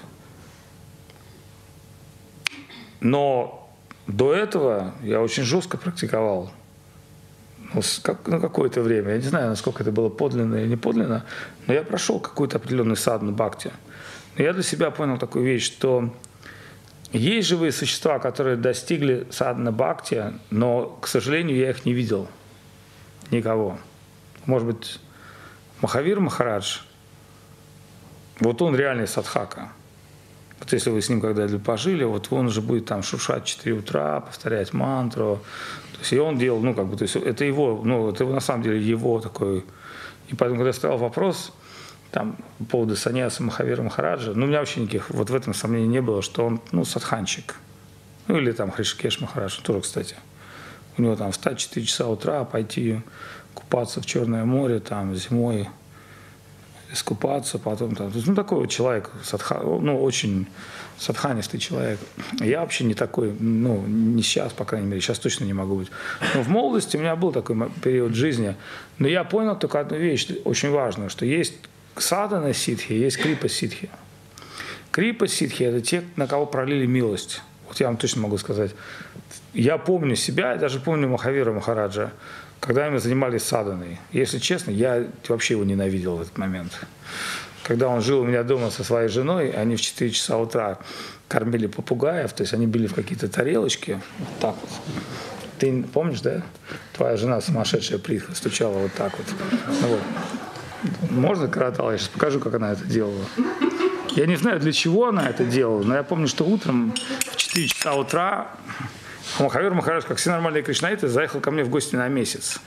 Но до этого я очень жестко практиковал. Ну, как, ну, какое-то время. Я не знаю, насколько это было подлинно или не подлинно, но я прошел какой-то определенный садхана бхакти. Но я для себя понял такую вещь, что есть живые существа, которые достигли садхана бхакти, но, к сожалению, я их не видел. Никого. Может быть, Махавир Махарадж, вот он реальный садхака. Вот если вы с ним когда-либо пожили, вот он уже будет там шуршать в четыре утра, повторять мантру. То есть и он делал, ну, как бы, то есть это его, ну, это на самом деле его такой. И поэтому, когда стоял вопрос там, по поводу саньяса Махавира Махараджа, ну, у меня вообще никаких, вот в этом сомнений не было, что он, ну, садханчик. Ну, или там Хришикеш Махарадж, тоже, кстати. У него там встать в четыре часа утра, пойти купаться в Черное море, там, зимой, искупаться, потом там. Ну, такой вот человек, садха, ну, очень садханистый человек. Я вообще не такой, ну, не сейчас, по крайней мере, сейчас точно не могу быть. Но в молодости у меня был такой период жизни. Но я понял только одну вещь, очень важную, что есть садхана ситхи, есть крипа ситхи. Крипа ситхи – это те, на кого пролили милость. Вот я вам точно могу сказать. Я помню себя, я даже помню Махавира Махараджа, когда мы занимались садханой. Если честно, я вообще его ненавидел в этот момент. Когда он жил у меня дома со своей женой, они в четыре часа утра кормили попугаев, то есть они били в какие-то тарелочки, вот так вот. Ты помнишь, да? Твоя жена сумасшедшая Притха стучала вот так вот. Ну, вот. Можно коротало? Я сейчас покажу, как она это делала. Я не знаю, для чего она это делала, но я помню, что утром в четыре часа утра Махавир Махарадж, как все нормальные кришнаиты, заехал ко мне в гости на месяц.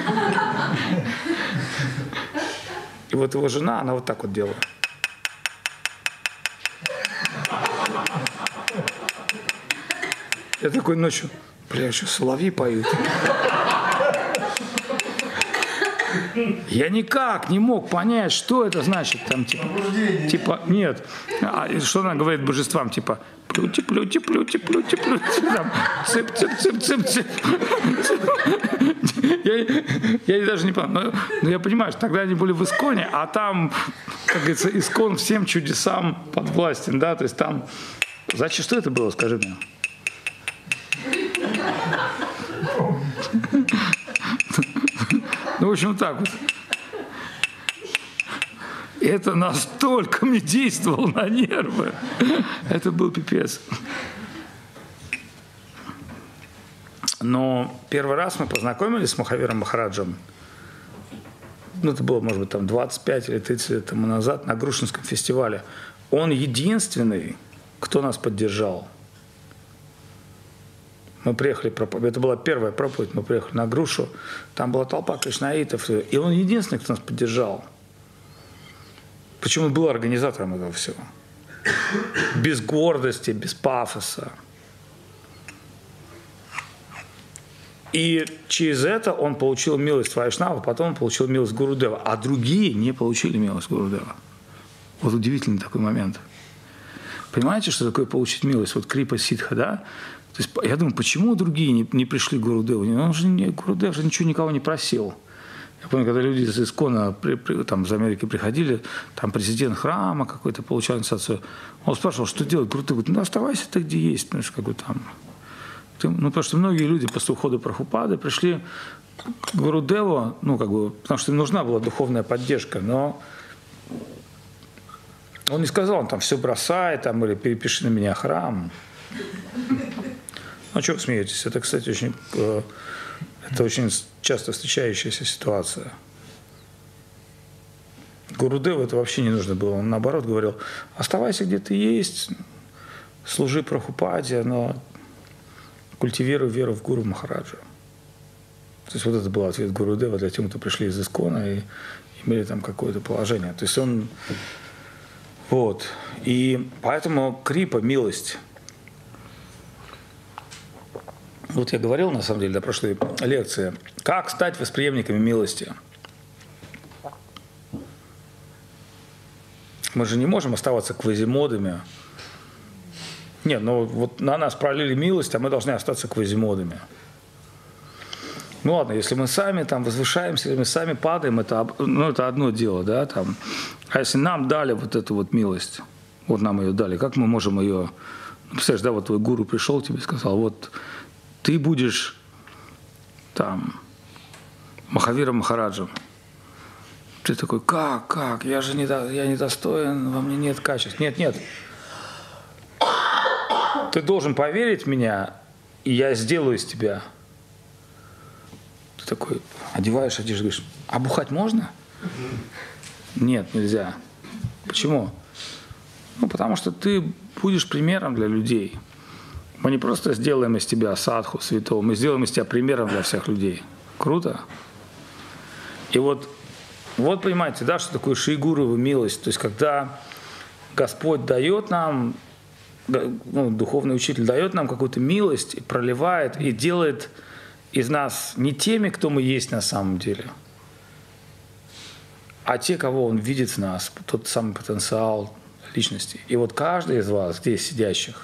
И вот его жена, она вот так вот делала. Я такой ночью, бля, что, соловьи поют? Я никак не мог понять, что это значит. Там, типа, типа нет. А, что она говорит божествам? Типа, плюти, плюти, плюти, плюти, плюти. Там, цып, цып, цып, цып, цып. Я, я даже не понял. Но, но я понимаю, что тогда они были в Исконе, а там, как говорится, Искон всем чудесам подвластен. Да? То есть там... Зачем, что это было, скажи мне? Ну, в общем, так вот. Это настолько мне действовало на нервы. Это был пипец. Но первый раз мы познакомились с Махавиром Махараджем. Ну, это было, может быть, там двадцать пять или тридцать лет тому назад на Грушинском фестивале. Он единственный, кто нас поддержал. Мы приехали, это была первая проповедь, мы приехали на Грушу, там была толпа кришнаитов, и он единственный, кто нас поддержал. Почему он был организатором этого всего? Без гордости, без пафоса. И через это он получил милость Вайшнава, потом он получил милость Гурудева, а другие не получили милость Гурудева. Вот удивительный такой момент. Понимаете, что такое получить милость? Вот крипа ситха, да? То есть, я думаю, почему другие не, не пришли к Гурудеву? Он же не, Гурудев же ничего никого не просил. Я помню, когда люди из Искона при, при, там, из Америки приходили, там президент храма какой-то получал инициацию, он спрашивал, что делать? Гурудев говорит, ну оставайся ты где есть, ну, как бы там. Ты, ну, потому что многие люди после ухода Прабхупады пришли к Гурудеву, ну, как бы, потому что им нужна была духовная поддержка, но он не сказал, он там все бросай, там, или перепиши на меня храм. Ну, что вы смеетесь? Это, кстати, очень, это очень часто встречающаяся ситуация. Гурудеву это вообще не нужно было. Он, наоборот, говорил, оставайся, где ты есть, служи Прабхупаде, но культивируй веру в Гуру Махараджа. То есть вот это был ответ Гурудева для тех, кто пришли из Искона и имели там какое-то положение. То есть он... Вот. И поэтому крипа, милость... Вот я говорил, на самом деле, до прошлой лекции, как стать восприемниками милости. Мы же не можем оставаться квазимодами. Нет, ну вот на нас пролили милость, а мы должны остаться квазимодами. Ну ладно, если мы сами там возвышаемся, если мы сами падаем, это, ну, это одно дело, да, там. А если нам дали вот эту вот милость, вот нам ее дали, как мы можем ее... Ну, представляешь, да, вот твой гуру пришел тебе и сказал, вот... Ты будешь там Махавиром Махараджем. Ты такой, как, как? Я же не, я не достоин, во мне нет качеств. Нет, нет. Ты должен поверить в меня, и я сделаю из тебя. Ты такой одеваешь одежду, говоришь, а бухать можно? Нет, нельзя. Почему? Ну, потому что ты будешь примером для людей. Мы не просто сделаем из тебя садху святого, мы сделаем из тебя примером для всех людей. Круто? И вот, вот понимаете, да, что такое Шри Гуру милость. То есть, когда Господь дает нам, ну, духовный учитель дает нам какую-то милость, и проливает, и делает из нас не теми, кто мы есть на самом деле, а те, кого Он видит в нас, тот самый потенциал личности. И вот каждый из вас, здесь сидящих,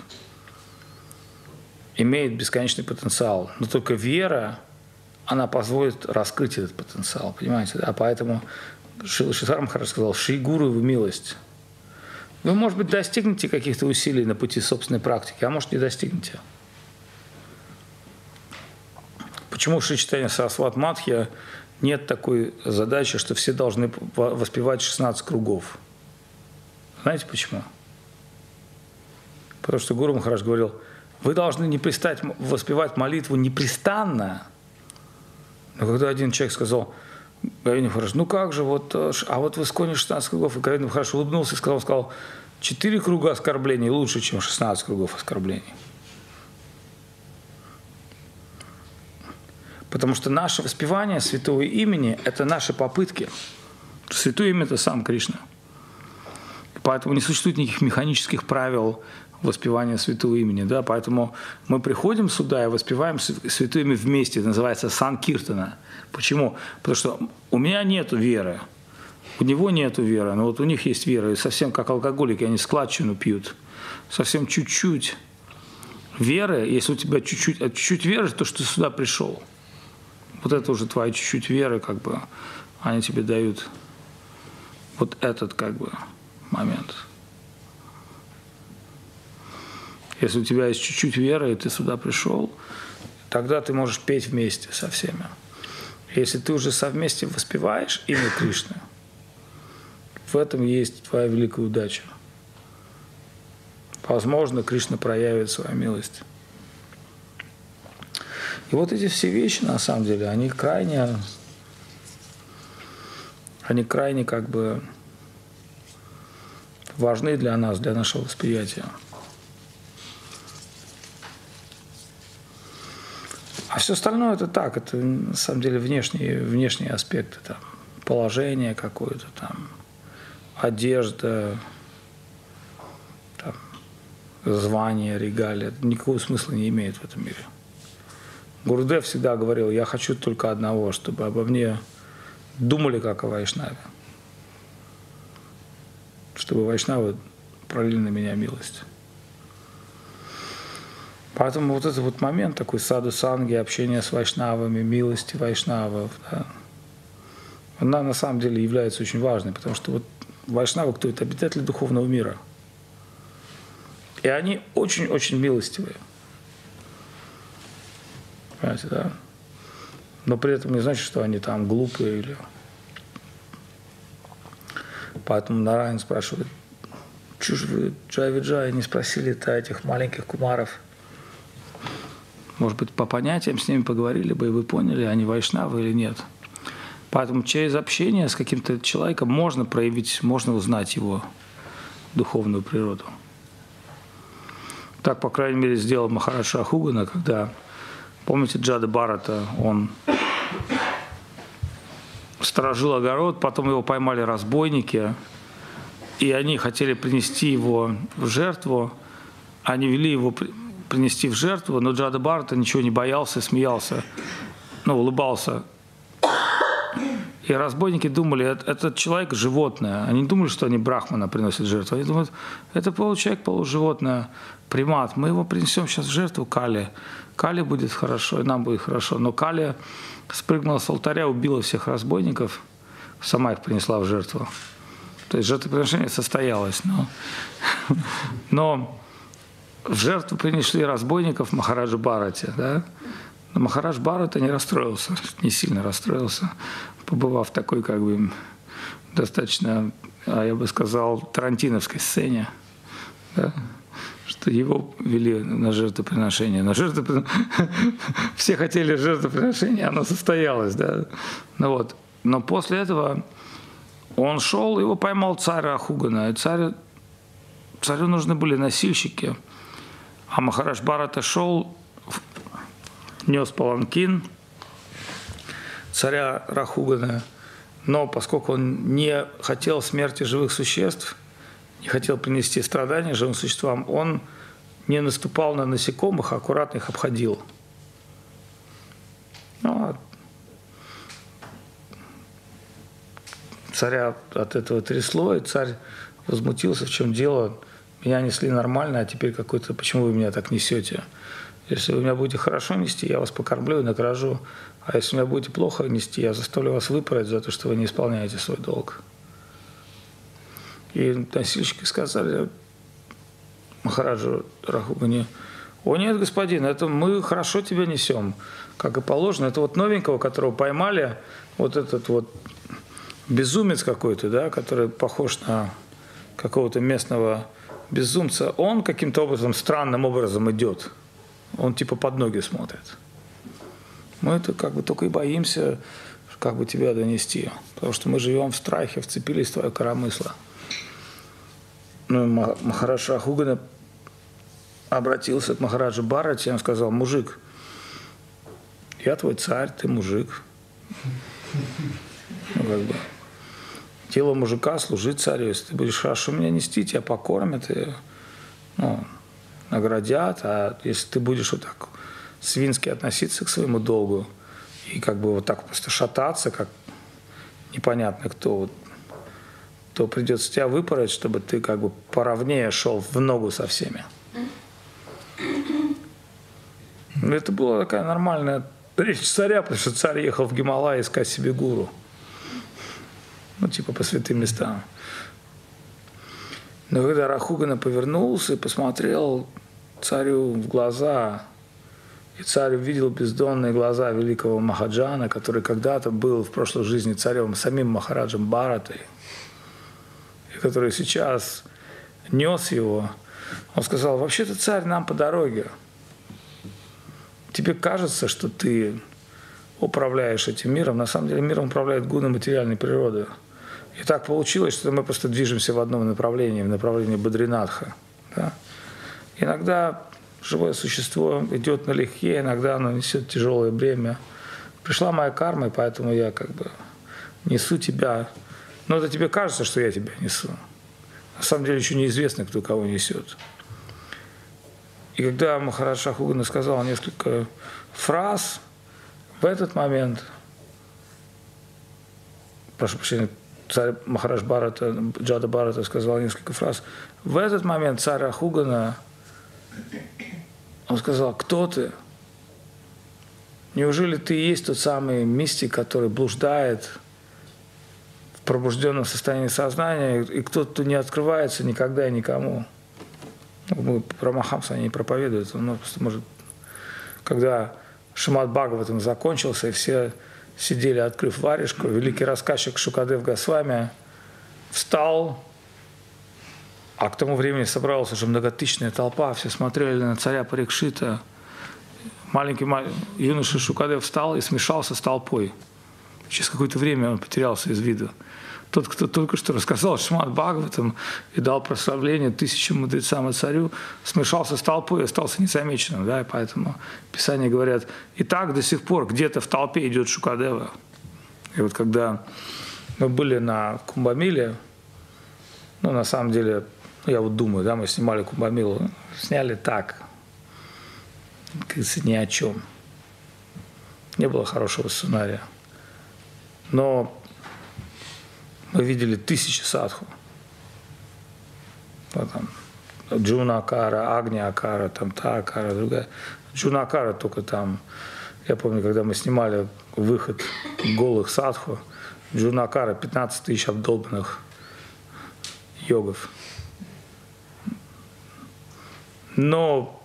имеет бесконечный потенциал. Но только вера, она позволит раскрыть этот потенциал. Понимаете? Да? Поэтому Шрила Шридхар Махарадж сказал: «Шри Гуру в милость». Вы, может быть, достигнете каких-то усилий на пути собственной практики, а может, не достигнете. Почему в Шри Чайтанья Сарасвати Мадхья нет такой задачи, что все должны воспевать шестнадцать кругов? Знаете почему? Потому что Гуру Махарадж говорил: вы должны не перестать воспевать молитву непрестанно. Но когда один человек сказал: Говинда Махарадж, ну как же, вот, а вот в Исконе шестнадцать кругов, и Говинда Махарадж улыбнулся и сказал, сказал, четыре круга оскорблений лучше, чем шестнадцать кругов оскорблений. Потому что наше воспевание святого имени – это наши попытки. Святое имя – это сам Кришна. Поэтому не существует никаких механических правил воспевания святого имени. Да? Поэтому мы приходим сюда и воспеваем святое имя вместе. Это называется санкиртана. Почему? Потому что у меня нет веры, у него нет веры, но вот у них есть вера. И совсем как алкоголики, они складчину пьют. Совсем чуть-чуть веры. Если у тебя чуть-чуть, чуть-чуть веры, то что ты сюда пришел. Вот это уже твоя чуть-чуть веры, как бы, они тебе дают вот этот, как бы, момент. Если у тебя есть чуть-чуть веры, и ты сюда пришел, тогда ты можешь петь вместе со всеми. Если ты уже совместе воспеваешь имя Кришны, в этом есть твоя великая удача. Возможно, Кришна проявит свою милость. И вот эти все вещи, на самом деле, они крайне, они крайне, как бы, важны для нас, для нашего восприятия. А все остальное это так, это на самом деле внешние, внешние аспекты, там, положение какое-то, там, одежда, там, звание, регалия. Это никакого смысла не имеет в этом мире. Гурудев всегда говорил: я хочу только одного, чтобы обо мне думали как о Вайшнаве. Чтобы Вайшнавы пролили на меня милость. Поэтому вот этот вот момент такой саду-санги, общение с вайшнавами, милости вайшнавов, да, она на самом деле является очень важной, потому что вот вайшнавы кто это? Обитатели духовного мира. И они очень-очень милостивые. Понимаете, да? Но при этом не значит, что они там глупые или... Поэтому Нараян спрашивает: чё же вы, Джай-Виджай, не спросили-то этих маленьких кумаров? Может быть, по понятиям с ними поговорили бы, и вы поняли, они вайшнавы или нет. Поэтому через общение с каким-то человеком можно проявить, можно узнать его духовную природу. Так, по крайней мере, сделал Махарадж Ахугана, когда, помните, Джада Бхарата, он сторожил огород, потом его поймали разбойники, и они хотели принести его в жертву, они вели его принести в жертву, но Джада Бхарата ничего не боялся, смеялся, ну, улыбался. И разбойники думали: этот человек – животное. Они не думали, что они брахмана приносят в жертву. Они думают: это получеловек, полуживотное, примат. Мы его принесем сейчас в жертву Кали. Кали будет хорошо, и нам будет хорошо. Но Кали спрыгнула с алтаря, убила всех разбойников, сама их принесла в жертву. То есть жертвоприношение состоялось. Но, но в жертву принесли разбойников Махараджу Бхарате. Да? Но Махарадж Бхарата не расстроился, не сильно расстроился, побывав в такой, как бы, достаточно, я бы сказал, тарантиновской сцене, да? Что его вели на жертвоприношение. На жертвоприношение. Все хотели жертвоприношение, оно состоялось. Да? Ну, вот. Но после этого он шел, его поймал царь Ахугана. И царь царю нужны были носильщики, а Махарадж Бхарата шел, нес паланкин царя Рахугана, но поскольку он не хотел смерти живых существ, не хотел принести страдания живым существам, он не наступал на насекомых, а аккуратно их обходил. Ну, царя от этого трясло, и царь возмутился, в чем дело. Меня несли нормально, а теперь какой-то, почему вы меня так несете? Если вы меня будете хорошо нести, я вас покормлю и награжу. А если меня будете плохо нести, я заставлю вас выпороть за то, что вы не исполняете свой долг. И носильщики сказали Махараджу Рахугане: о нет, господин, это мы хорошо тебя несем, как и положено. Это вот новенького, которого поймали, вот этот вот безумец какой-то, да, который похож на какого-то местного безумца, он каким-то образом, странным образом идет. Он типа под ноги смотрит. Мы это как бы только и боимся, как бы тебя донести. Потому что мы живем в страхе, вцепились в твое коромысло. Ну, Махарадж Рахугана обратился к Махараджу Бхарате, он сказал: мужик, я твой царь, ты мужик. Ну, как бы. Тело мужика служит царю. Если ты будешь хорошо меня нести, тебя покормят и, ну, наградят. А если ты будешь вот так свински относиться к своему долгу и как бы вот так просто шататься, как непонятно кто, вот, то придется тебя выпороть, чтобы ты как бы поровнее шел в ногу со всеми. Это была такая нормальная речь царя, потому что царь ехал в Гималай искать себе гуру. Ну, типа по святым местам. Но когда Рахугана повернулся и посмотрел царю в глаза, и царь увидел бездонные глаза великого Махаджана, который когда-то был в прошлой жизни царем, самим Махараджем Бхаратой, и который сейчас нес его, он сказал: вообще-то, царь, нам по дороге. Тебе кажется, что ты управляешь этим миром, на самом деле миром управляет гуна материальной природы. И так получилось, что мы просто движемся в одном направлении, в направлении Бадринатха. Да? Иногда живое существо идет налегке, иногда оно несет тяжелое бремя. Пришла моя карма, и поэтому я как бы несу тебя. Но это тебе кажется, что я тебя несу. На самом деле еще неизвестно, кто кого несет. И когда Махарадж Рахугана сказал несколько фраз, в этот момент, прошу прощения, царь Махарадж Бхарата, Джада Бхарата сказал несколько фраз, в этот момент царь Рахугана, он сказал: кто ты? Неужели ты и есть тот самый мистик, который блуждает в пробужденном состоянии сознания, и кто-то не открывается никогда и никому? Мы про Махамса не проповедуют, он просто может... Когда Шримад Бхагаватам закончился, и все сидели, открыв варежку, великий рассказчик Шукадев Госвами встал, а к тому времени собралась уже многотысячная толпа, все смотрели на царя Парикшита. Маленький юноша Шукадев встал и смешался с толпой. Через какое-то время он потерялся из виду. Тот, кто только что рассказал Шримад Бхагаватам и дал прославление тысячам мудрецам и царю, смешался с толпой и остался незамеченным. Да? И поэтому Писания говорят: и так до сих пор где-то в толпе идет Шукадева. И вот когда мы были на Кумбамиле, ну, на самом деле, ну, я вот думаю, да, мы снимали Кумбамилу, сняли так, как говорится, ни о чем. Не было хорошего сценария. Но мы видели тысячи садху. Там Джуна Акара, Агни Акара, там та Акара, другая. Джуна Акара только там. Я помню, когда мы снимали выход голых садху, Джуна Акара пятнадцать тысяч обдолбанных йогов. Но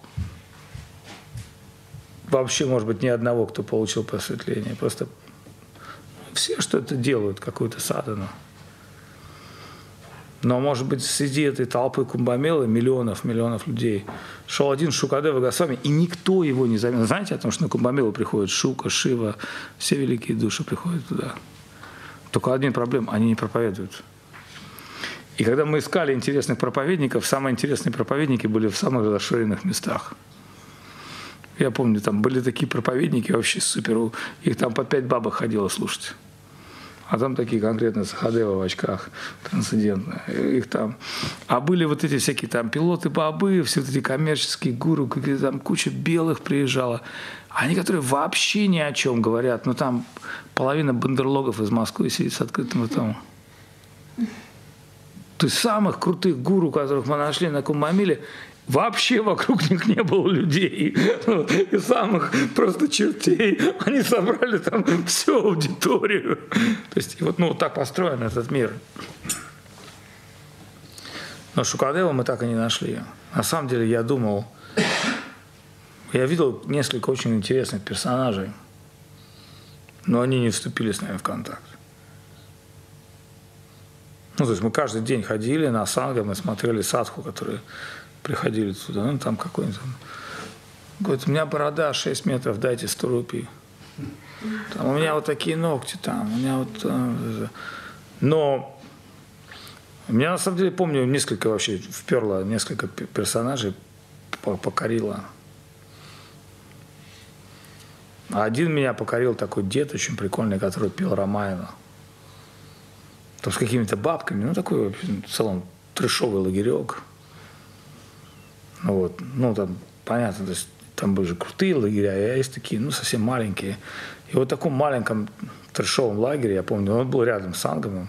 вообще, может быть, ни одного, кто получил просветление. Просто все что-то делают, какую-то садхану. Но, может быть, среди этой толпы Кумбамелы, миллионов, миллионов людей, шел один Шукадева Госвами, и никто его не заметил. Знаете о том, что на Кумбамелу приходят Шука, Шива, все великие души приходят туда. Только один проблема – они не проповедуют. И когда мы искали интересных проповедников, самые интересные проповедники были в самых зашоренных местах. Я помню, там были такие проповедники вообще супер. Их там по пять бабок ходило слушать. А там такие конкретно Сахадева в очках, трансцендентные. Их там. А были вот эти всякие там пилоты-бобы, все вот эти коммерческие гуру, какие-то там куча белых приезжала. Они, которые вообще ни о чем говорят. Ну там половина бандерлогов из Москвы сидит с открытым ртом. То есть самых крутых гуру, которых мы нашли на Кумбамиле, вообще вокруг них не было людей. И самых просто чертей. Они собрали там всю аудиторию. То есть вот, ну, вот так построен этот мир. Но Шукадева мы так и не нашли. На самом деле я думал, я видел несколько очень интересных персонажей, но они не вступили с нами в контакт. Ну, то есть мы каждый день ходили на санга, мы смотрели садху, которые приходили туда. Ну, там какой-нибудь... Говорит, у меня борода шесть метров, дайте сто рупий. Там, у меня вот такие ногти там, у меня вот... Но меня, на самом деле, помню, несколько вообще вперло, несколько персонажей покорило. А один меня покорил такой дед очень прикольный, который пел Рамаяну. Там с какими-то бабками, ну такой вообще в целом трешовый лагерек. Ну вот, ну там понятно, то есть там были же крутые лагеря, а есть такие, ну совсем маленькие. И вот в таком маленьком трешовом лагере, я помню, он был рядом с Сангамом.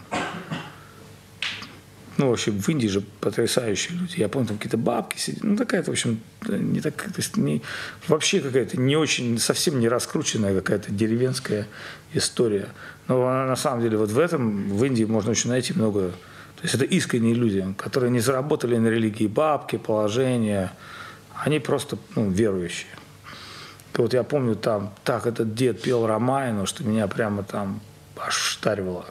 Ну, вообще, в Индии же потрясающие люди. Я помню, там какие-то бабки сидят. Ну, такая-то, в общем, не так, то есть не, вообще какая-то не очень, совсем не раскрученная какая-то деревенская история. Но она, на самом деле, вот в этом, в Индии можно очень найти много. То есть это искренние люди, которые не заработали на религии бабки, положения. Они просто, ну, верующие. И вот я помню, там, так этот дед пел Рамаяну, что меня прямо там аж штаривало.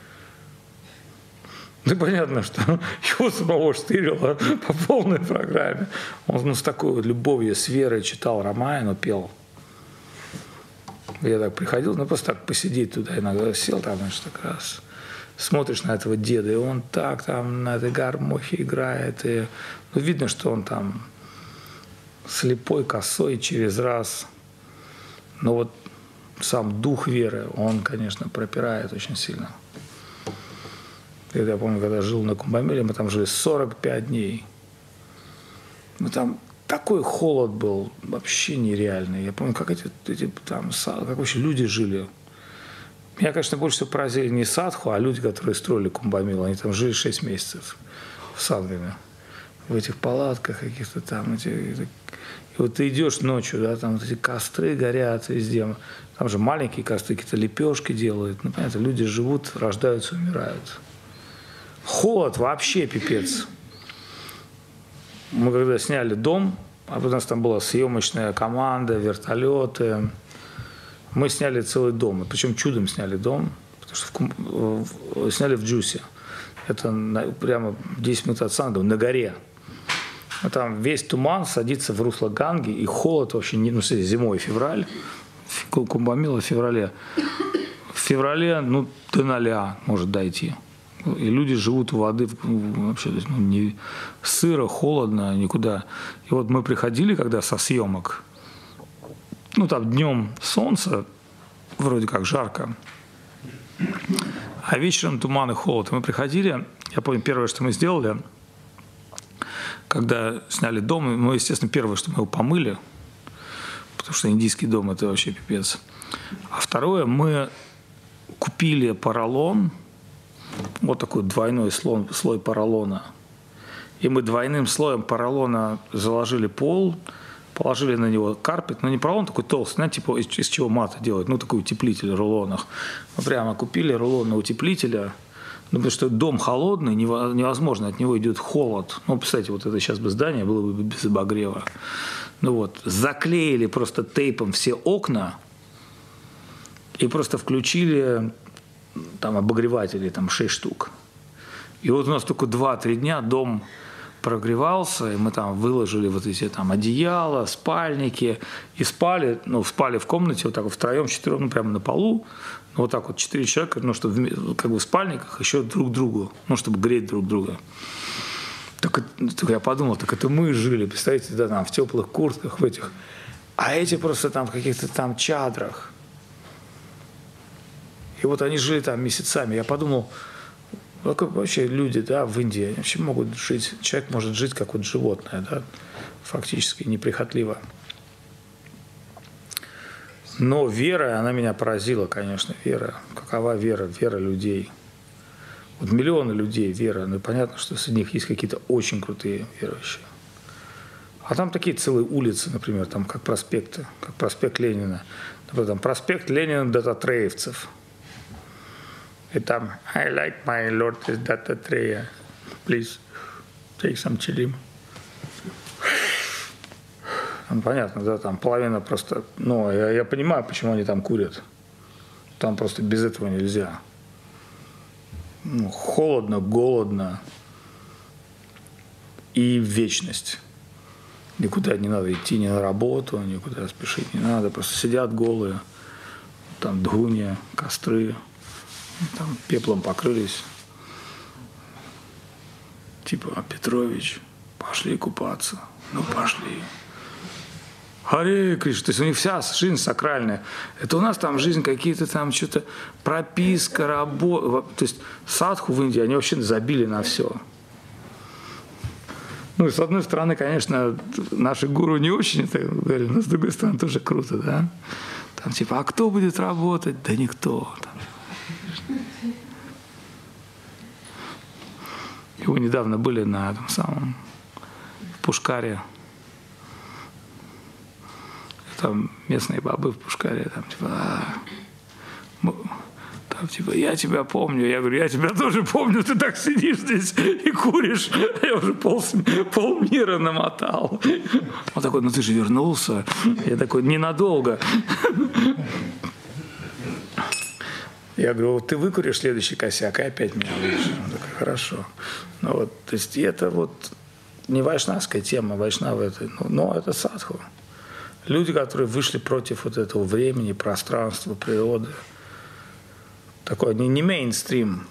Ну, понятно, что его самого штырило по полной программе. Он, ну, с такой вот любовью, с верой читал Рамаяну, пел. Я так приходил, ну, просто так посидеть туда иногда, сел там, значит, так раз, смотришь на этого деда, и он так там на этой гармохе играет, и ну, видно, что он там слепой, косой через раз. Но вот сам дух веры, он, конечно, пропирает очень сильно. Я помню, когда жил на Кумбамиле, мы там жили сорок пять дней. Ну, там такой холод был вообще нереальный. Я помню, как эти, эти там, как вообще люди жили. Меня, конечно, больше всего поразили не садху, а люди, которые строили Кумбамилу. Они там жили шесть месяцев в Сангаме. В этих палатках каких-то там. Эти, и вот ты идешь ночью, да, там вот эти костры горят везде. Там же маленькие костры, какие-то лепешки делают. Ну, понятно, люди живут, рождаются, умирают. Холод вообще пипец. Мы когда сняли дом, а у нас там была съемочная команда, вертолеты, мы сняли целый дом. Причем чудом сняли дом, потому что в, в, сняли в Джусе. Это на, прямо десять минут от Сангама, на горе. А там весь туман садится в русло Ганги, и холод вообще, не, ну, зимой, февраль, Кумбамила в феврале. В феврале, ну, до ноля может дойти. И люди живут у воды вообще, ну, не, сыро, холодно, никуда. И вот мы приходили, когда со съемок, ну там днем солнце, вроде как жарко, а вечером туман и холод. И мы приходили, я помню, первое, что мы сделали, когда сняли дом, ну, естественно, первое, что мы его помыли, потому что индийский дом – это вообще пипец. А второе, мы купили поролон, вот такой двойной слой, слой поролона. И мы двойным слоем поролона заложили пол, положили на него карпет, но не поролон такой толстый, знаете, типа из, из чего мата делают, ну такой утеплитель в рулонах. Мы прямо купили рулонный утеплителя, ну, потому что дом холодный, невозможно, от него идет холод. Ну, представьте, вот это сейчас бы здание было бы без обогрева. Ну вот, заклеили просто тейпом все окна и просто включили там обогревателей, там шесть штук. И вот у нас только два-три дня дом прогревался, и мы там выложили вот эти там одеяла, спальники, и спали, ну, спали в комнате вот так вот втроем, четвером, ну, прямо на полу, ну, вот так вот четыре человека, ну, чтобы как бы в спальниках еще друг другу, ну, чтобы греть друг друга. Так, так я подумал, так это мы жили, представляете, да, там в теплых куртках, в этих, а эти просто там в каких-то там чадрах. И вот они жили там месяцами. Я подумал, ну, как вообще люди, да, в Индии, они вообще могут жить, человек может жить как вот животное, да, фактически неприхотливо. Но вера, она меня поразила, конечно, вера. Какова вера? Вера людей. Вот миллионы людей, вера, ну, понятно, что среди них есть какие-то очень крутые верующие. А там такие целые улицы, например, там как проспекты, как проспект Ленина. Например, там проспект Ленина дататреевцев. И там I like my Lord is Dattatreya. Please take some chili. Ну, понятно, да, там половина просто... Ну, я, я понимаю, почему они там курят. Там просто без этого нельзя. Ну, холодно, голодно и вечность. Никуда не надо идти, ни на работу, никуда спешить не надо. Просто сидят голые, там дгуни, костры. Там пеплом покрылись. Типа, Петрович, пошли купаться. Ну, пошли. Харе Кришна. То есть у них вся жизнь сакральная. Это у нас там жизнь какие-то там что-то прописка, работа. То есть садху в Индии, они вообще забили на все. Ну, и с одной стороны, конечно, наши гуру не очень это говорили, но с другой стороны тоже круто, да? Там типа, а кто будет работать? Да никто. Там. И вы недавно были на этом самом в Пушкаре. Там местные бабы в Пушкаре, там типа, а, там типа, я тебя помню. Я говорю, я тебя тоже помню, ты так сидишь здесь и куришь. Я уже пол, полмира намотал. Он такой, ну ты же вернулся. Я такой, ненадолго. Я говорю, ты выкуришь следующий косяк, и опять меня вырежешь. Он такой, хорошо. Ну, вот, то есть это вот не вайшнавская тема, вайшнавы это, ну, но это садху. Люди, которые вышли против вот этого времени, пространства, природы. Такой не, не мейнстрим.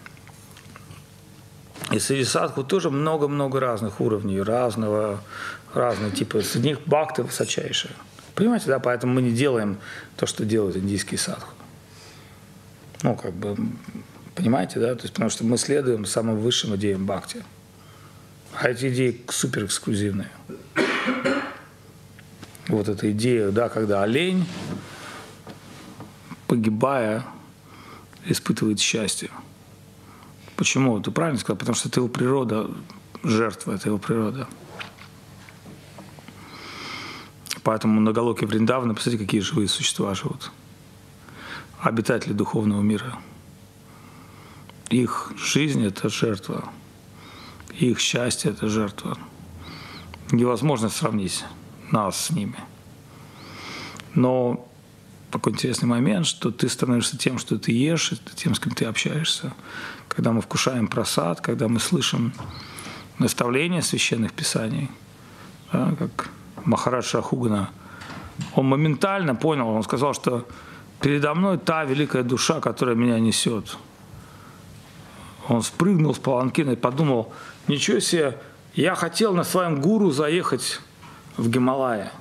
И среди садху тоже много-много разных уровней, разного, разного типа. Среди них бхакти высочайшие. Понимаете, да? Поэтому мы не делаем то, что делают индийские садху. Ну, как бы, понимаете, да? То есть, потому что мы следуем самым высшим идеям бхакти. А эти идеи супер эксклюзивные. Вот эта идея, да, когда олень, погибая, испытывает счастье. Почему? Ты правильно сказал? Потому что это его природа, жертва, это его природа. Поэтому на Галоке Вриндавана, посмотрите, какие живые существа живут. Обитатели духовного мира. Их жизнь – это жертва. Их счастье – это жертва. Невозможно сравнить нас с ними. Но такой интересный момент, что ты становишься тем, что ты ешь, тем, с кем ты общаешься. Когда мы вкушаем прасад, когда мы слышим наставления священных писаний, да, как Махарадж Рахугана, он моментально понял, он сказал, что передо мной та великая душа, которая меня несет. Он спрыгнул с паланкина и подумал, ничего себе, я хотел на своем гуру заехать в Гималайи.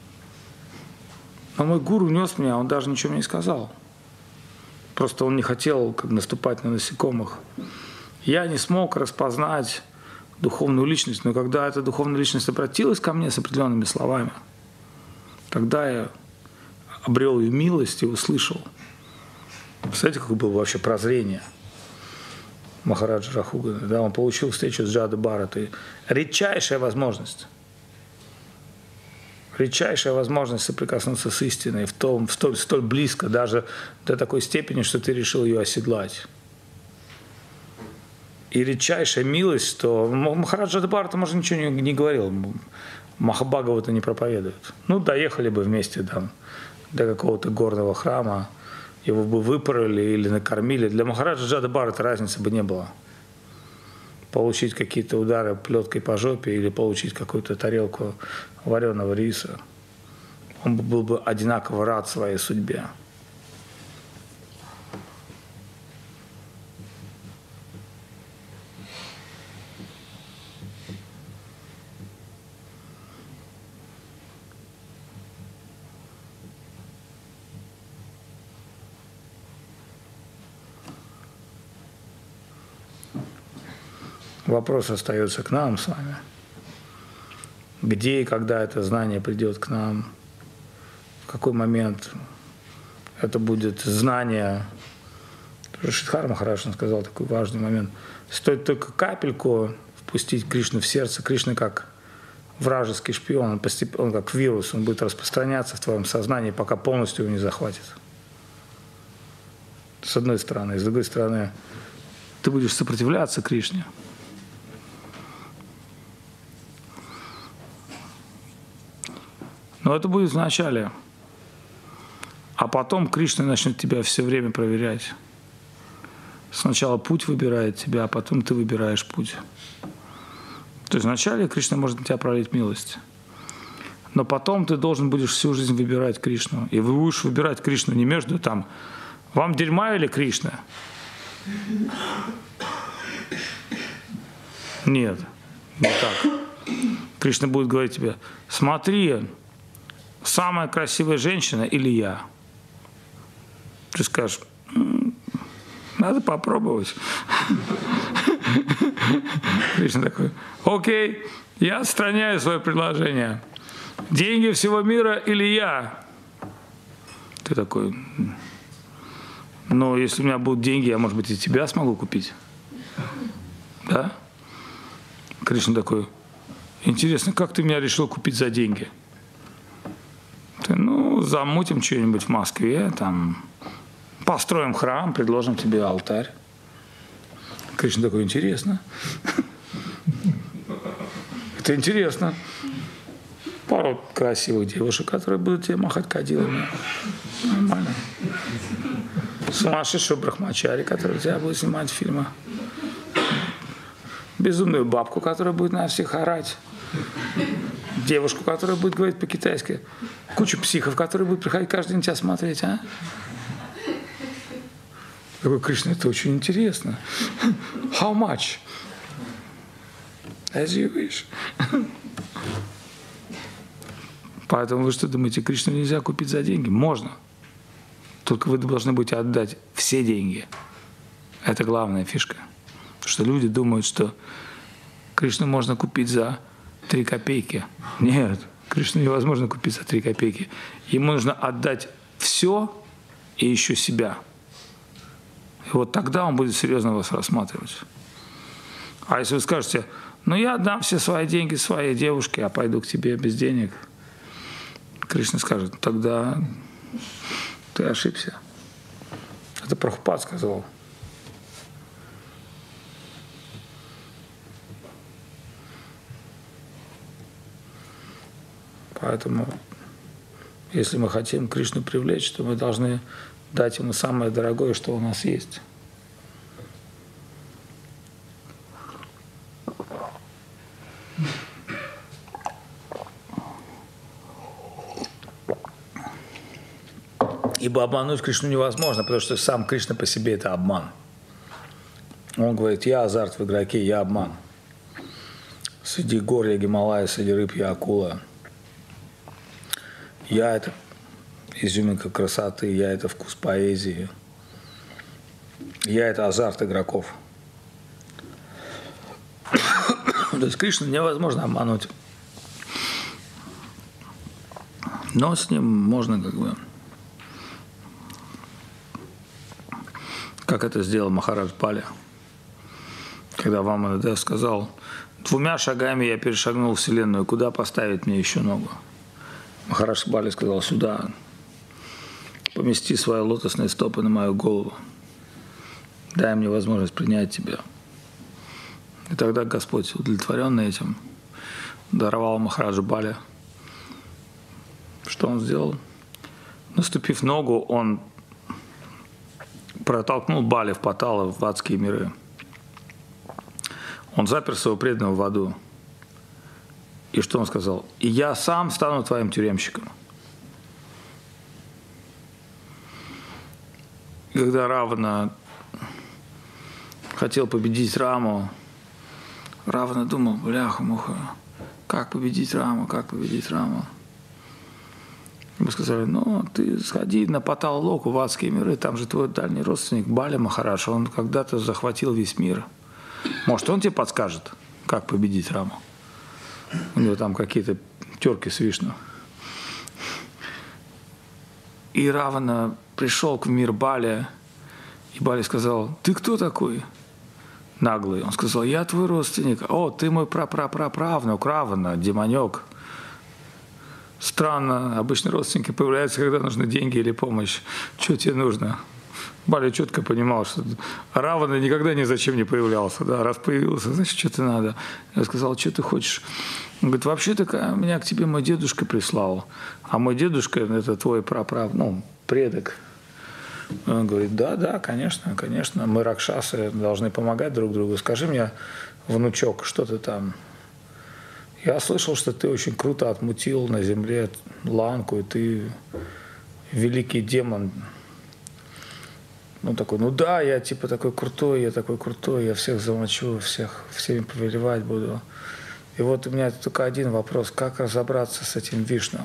Но мой гуру нес меня, он даже ничего мне не сказал. Просто он не хотел как, наступать на насекомых. Я не смог распознать духовную личность, но когда эта духовная личность обратилась ко мне с определенными словами, тогда я обрел ее милость и услышал. Представляете, какое было вообще прозрение Махараджа Рахугана. Да, он получил встречу с Джадой Бхаратой. Редчайшая возможность. Редчайшая возможность соприкоснуться с истиной в том, в столь, столь близко, даже до такой степени, что ты решил ее оседлать. И редчайшая милость, что Махараджа Бхарата, может, ничего не, не говорил, Махабхагавата не проповедует. Ну, доехали бы вместе там, до какого-то горного храма, его бы выпороли или накормили. Для Махараджа Джада Бхарата разницы бы не было. получить какие-то удары плеткой по жопе или получить какую-то тарелку вареного риса, он был бы одинаково рад своей судьбе. Вопрос остается к нам с вами. Где и когда это знание придет к нам? В какой момент это будет знание? Шридхар Махарадж сказал такой важный момент. Стоит только капельку впустить Кришну в сердце. Кришна как вражеский шпион, он, постепенно, он как вирус, он будет распространяться в твоем сознании, пока полностью его не захватит. С одной стороны. С другой стороны, ты будешь сопротивляться Кришне. Но это будет в начале. А потом Кришна начнет тебя все время проверять. Сначала путь выбирает тебя, а потом ты выбираешь путь. То есть вначале Кришна может на тебя пролить милость. Но потом ты должен будешь всю жизнь выбирать Кришну. И вы будешь выбирать Кришну не между там, вам дерьма или Кришна? Нет, не так. Кришна будет говорить тебе, смотри, самая красивая женщина или я? Ты скажешь, надо попробовать. Кришна такой, окей, я отстраняю свое предложение. Деньги всего мира или я? Ты такой, ну, если у меня будут деньги, я, может быть, и тебя смогу купить. Да? Кришна такой, интересно, как ты меня решил купить за деньги? Ты, ну, замутим что-нибудь в Москве, там, построим храм, предложим тебе алтарь. Кришна такой, интересно. Это интересно. Пару красивых девушек, которые будут тебе махать кадилами. Нормально. Сумасшедшего брахмачари, который тебя будет снимать фильмы. Безумную бабку, которая будет на всех орать. Девушку, которая будет говорить по-китайски. Кучу психов, которые будут приходить каждый день тебя смотреть, а? Такой, Кришна, это очень интересно. How much? As you wish. Поэтому вы что думаете, Кришну нельзя купить за деньги? Можно. Только вы должны будете отдать все деньги. Это главная фишка. Потому что люди думают, что Кришну можно купить за три копейки. Нет, Кришну невозможно купить за три копейки. Ему нужно отдать все и еще себя. И вот тогда он будет серьезно вас рассматривать. А если вы скажете, ну я отдам все свои деньги своей девушке, а пойду к тебе без денег, Кришна скажет, тогда ты ошибся. Это Прабхупад сказал. Поэтому, если мы хотим Кришну привлечь, то мы должны дать ему самое дорогое, что у нас есть. Ибо обмануть Кришну невозможно, потому что сам Кришна по себе – это обман. Он говорит, я азарт в игроке, я обман. Среди гор я Гималая, среди рыб я акула. Я – это изюминка красоты, я – это вкус поэзии. Я – это азарт игроков. То есть Кришну невозможно обмануть. Но с ним можно как бы… Как это сделал Махарадж Бали, когда Ваманадев сказал, двумя шагами я перешагнул Вселенную, куда поставить мне еще ногу? Махарадж Бали сказал, сюда, помести свои лотосные стопы на мою голову, дай мне возможность принять тебя. И тогда Господь, удовлетворенный этим, даровал Махараджу Бали. Что он сделал? Наступив ногу, он протолкнул Бали в Патала, в адские миры. Он запер своего преданного в аду. И что он сказал? И я сам стану твоим тюремщиком. И когда Равана хотел победить Раму, Равана думал, бляха-муха, как победить Раму, как победить Раму. Ему сказали, ну, ты сходи на Патал-Локу в адские миры, там же твой дальний родственник Бали Махарадж, он когда-то захватил весь мир. Может, он тебе подскажет, как победить Раму? У него там какие-то терки с Вишну. И Равана пришел в мир Бали, и Бали сказал, ты кто такой? Наглый. Он сказал, я твой родственник. О, ты мой пра-пра-пра-правнук, Равана, демонек. Странно, обычно родственники появляются, когда нужны деньги или помощь. Что тебе нужно? Бали четко понимал, что Равана никогда ни зачем не появлялся. Да? Раз появился, значит, что-то надо. Я сказал, что ты хочешь? Он говорит, вообще-то меня к тебе мой дедушка прислал. А мой дедушка – это твой праправ, ну, предок. Он говорит, да, да, конечно, конечно. Мы, ракшасы, должны помогать друг другу. Скажи мне, внучок, что ты там? Я слышал, что ты очень круто отмутил на земле ланку, и ты великий демон. Ну, такой, ну да, я типа такой крутой, я такой крутой, я всех замочу, всех, всеми повелевать буду. И вот у меня только один вопрос, как разобраться с этим Вишну?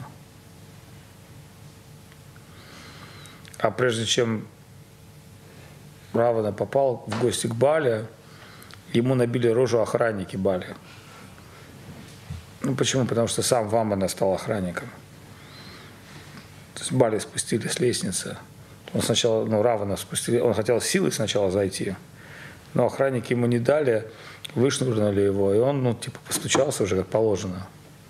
А прежде чем Равана попал в гости к Бали, ему набили рожу охранники Бали. Ну, почему? Потому что сам Вамана стал охранником. То есть Бали спустили с лестницы. Он сначала, ну, Равана спустили, он хотел силой сначала зайти, но охранники ему не дали, вышвырнули его, и он, ну, типа, постучался уже как положено.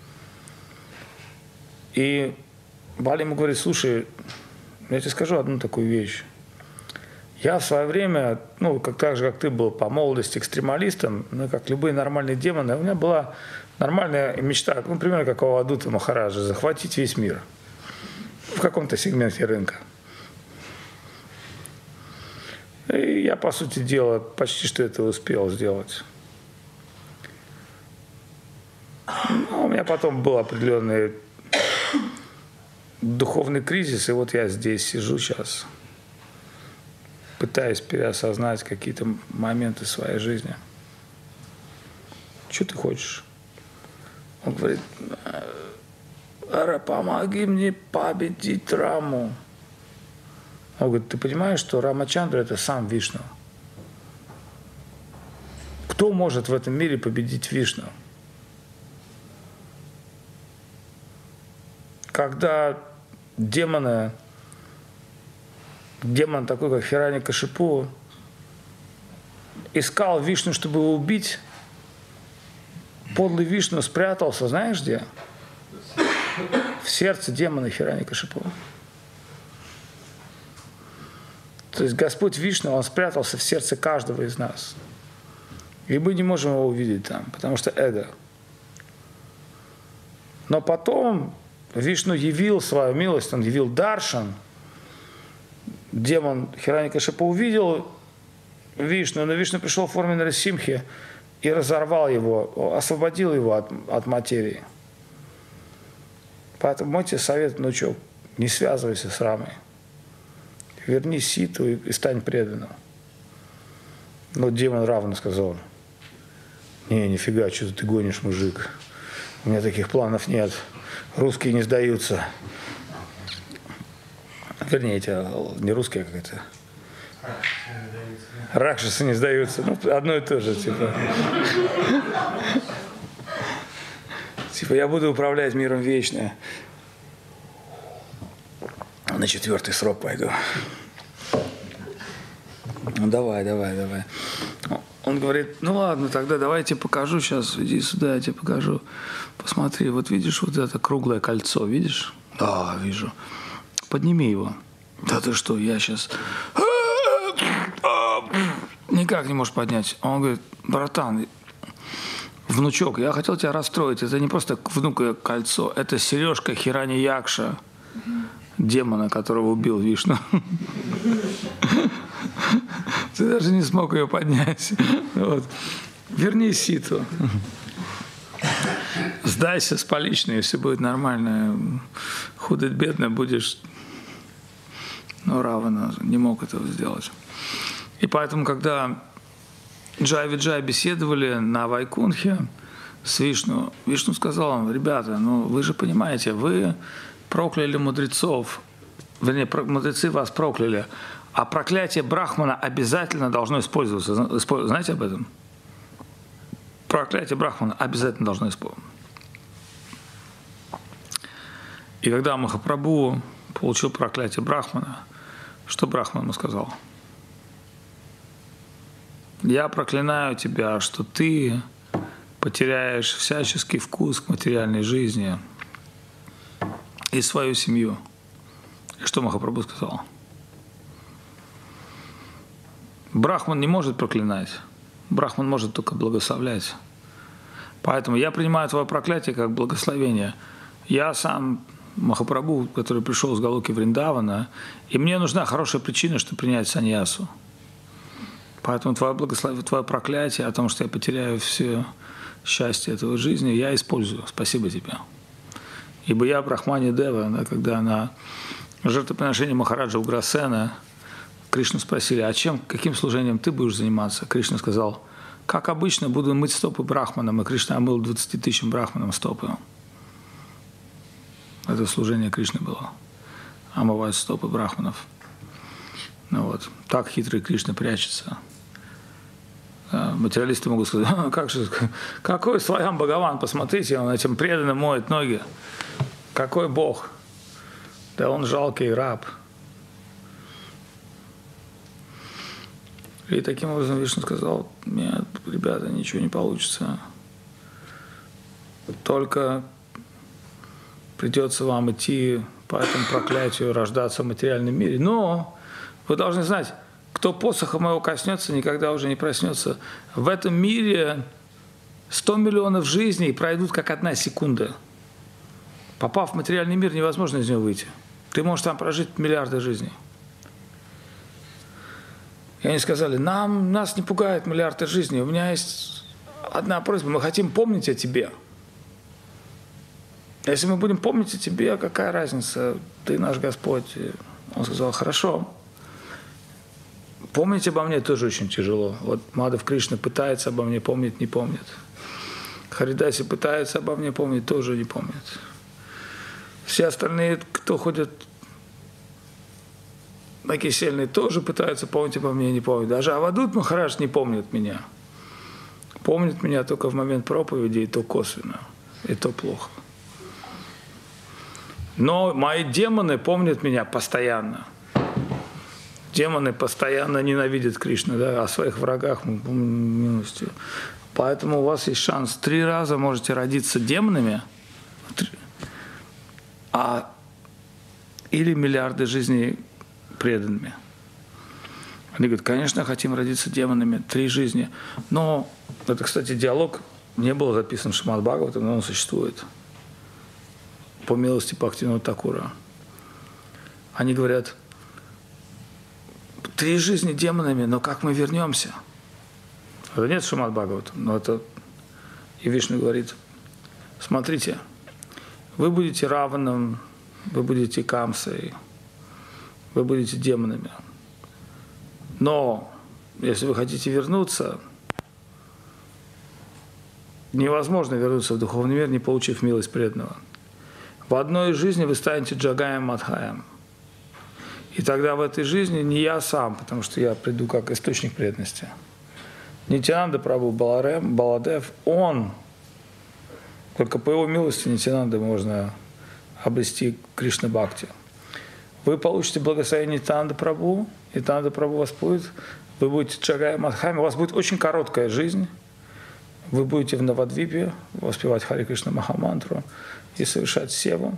И Бали ему говорит, слушай, я тебе скажу одну такую вещь. Я в свое время, ну, как так же, как ты был по молодости экстремалистом, ну, как любые нормальные демоны, у меня была нормальная мечта, ну, примерно как у Авадута Махараджа, захватить весь мир в каком-то сегменте рынка. И я, по сути дела, почти что это успел сделать. Но у меня потом был определенный духовный кризис, и вот я здесь сижу сейчас, пытаюсь переосознать какие-то моменты своей жизни. Что ты хочешь? Он говорит, Ара, помоги мне победить Раму. Он говорит, ты понимаешь, что Рамачандра – это сам Вишну? Кто может в этом мире победить Вишну? Когда демоны, демон такой, как Хираньякашипу, искал Вишну, чтобы его убить, подлый Вишну спрятался, знаешь где? В сердце демона Хираньякашипу. То есть Господь Вишну, Он спрятался в сердце каждого из нас. И мы не можем его увидеть там, потому что эго. Но потом Вишну явил свою милость, он явил Даршан. Демон Хираньякашипу увидел Вишну, но Вишну пришел в форме Нарисимхи и разорвал его, освободил его от, от материи. Поэтому мой тебе совет, внучок, не связывайся с Рамой. Верни Ситу и, и стань преданным. Но демон Равана сказал, не, нифига, что ты гонишь, мужик. У меня таких планов нет. Русские не сдаются. Вернее, эти, не русские, а как это. Ракшасы не сдаются. Ну, одно и то же, типа. Типа, я буду управлять миром вечно. На четвертый срок пойду. Ну, давай, давай, давай. Он говорит, ну ладно, тогда давай я тебе покажу сейчас, иди сюда, я тебе покажу. Посмотри, вот видишь вот это круглое кольцо, видишь? Да, вижу. Подними его. Да ты что, я сейчас... Никак не можешь поднять. Он говорит, братан, внучок, я хотел тебя расстроить. Это не просто внука кольцо, это сережка Хираньякша, демона, которого убил Вишну. Ты даже не смог ее поднять. Вот. Верни ситу. Сдайся с поличной, и все будет нормально. Худо-бедно будешь... Но Равана не мог этого сделать. И поэтому, когда Джай Виджай беседовали на Вайкунхе с Вишну, Вишну сказал им: ребята, ну вы же понимаете, вы прокляли мудрецов, вернее, мудрецы вас прокляли, а проклятие Брахмана обязательно должно использоваться. Знаете об этом? Проклятие Брахмана обязательно должно использоваться. И когда Махапрабху получил проклятие Брахмана, что Брахман ему сказал? Я проклинаю тебя, что ты потеряешь всяческий вкус к материальной жизни и свою семью. И что Махапрабху сказал? Брахман не может проклинать. Брахман может только благословлять. Поэтому я принимаю твое проклятие как благословение. Я сам Махапрабху, который пришел с Галоки Вриндавана, и мне нужна хорошая причина, чтобы принять саньясу. Поэтому твое благословение, твое проклятие о том, что я потеряю все счастье этого жизни, я использую. Спасибо тебе. Ибо я Брахмани Дева, да, когда на жертвоприношении Махараджа Уграсена Кришну спросили: а чем, каким служением ты будешь заниматься? Кришна сказал: как обычно, буду мыть стопы брахманам. И Кришна омыл двадцати тысячам брахманам стопы. Это служение Кришны было. Омывать стопы брахманов. Ну вот. Так хитрый Кришна прячется. Материалисты могут сказать: а, как же, какой Сваям Бхагаван, посмотрите, он этим преданным моет ноги. Какой Бог? Да он жалкий раб. И таким образом Вишну сказал: нет, ребята, ничего не получится. Только придется вам идти по этому проклятию, рождаться в материальном мире. Но вы должны знать, кто посоха моего коснется, никогда уже не проснется. В этом мире сто миллионов жизней пройдут как одна секунда. Попав в материальный мир, невозможно из него выйти. Ты можешь там прожить миллиарды жизней. И они сказали: нам, нас не пугает миллиарды жизней. У меня есть одна просьба. Мы хотим помнить о тебе. Если мы будем помнить о тебе, какая разница? Ты наш Господь. Он сказал: хорошо. Помнить обо мне тоже очень тяжело. Вот Мадхав Кришна пытается обо мне помнить, не помнит. Харидаси пытается обо мне помнить, тоже не помнит. Все остальные, кто ходят на кисельные, тоже пытаются помнить обо мне, не помнят. Даже Авадут Махарадж не помнит меня. Помнит меня только в момент проповеди, и то косвенно, и то плохо. Но мои демоны помнят меня постоянно. Демоны постоянно ненавидят Кришну, да, о своих врагах мы помним милостью. Поэтому у вас есть шанс. Три раза можете родиться демонами, а или миллиарды жизней преданными. Они говорят: конечно, хотим родиться демонами, три жизни. Но это, кстати, диалог не был записан в Шримад Бхагаватам, но он существует. По милости Бхактивинода Такура. Они говорят: три жизни демонами, но как мы вернемся? Это нет в Шримад Бхагаватам, но это... И Вишну говорит: смотрите, вы будете Раваном, вы будете Камсой, вы будете демонами. Но если вы хотите вернуться, невозможно вернуться в духовный мир, не получив милость преданного. В одной из жизней вы станете Джагаем Мадхаем. И тогда в этой жизни не я сам, потому что я приду как источник преданности. Нитянанда Прабху Баларем, Баладев, он, только по его милости Нитянанды можно обрести Кришна Бхакти. Вы получите благословение Нитянанда Прабху, Нитянанда Прабху вас будет, вы будете Джагаем Мадхаем, у вас будет очень короткая жизнь, вы будете в Навадвипе воспевать Хари Кришна Махамантру и совершать севу.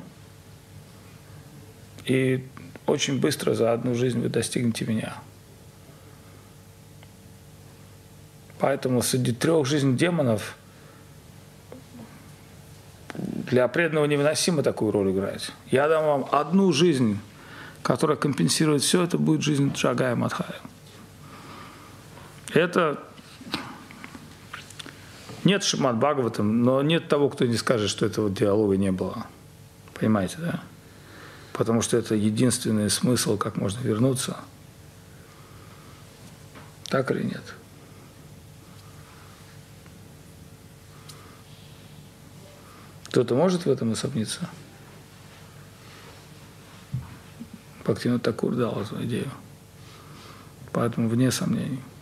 И очень быстро за одну жизнь вы достигнете меня. Поэтому среди трех жизней демонов для преданного невыносимо такую роль играть. Я дам вам одну жизнь, которая компенсирует все, это будет жизнь Джагая Мадхая. Это Нет Шримад Бхагаватам, но нет того, кто не скажет, что этого диалога не было. Понимаете, да? Потому что это единственный смысл, как можно вернуться. Так или нет? Кто-то может в этом усомниться? Бхактивинода Такур дал эту идею. Поэтому вне сомнений.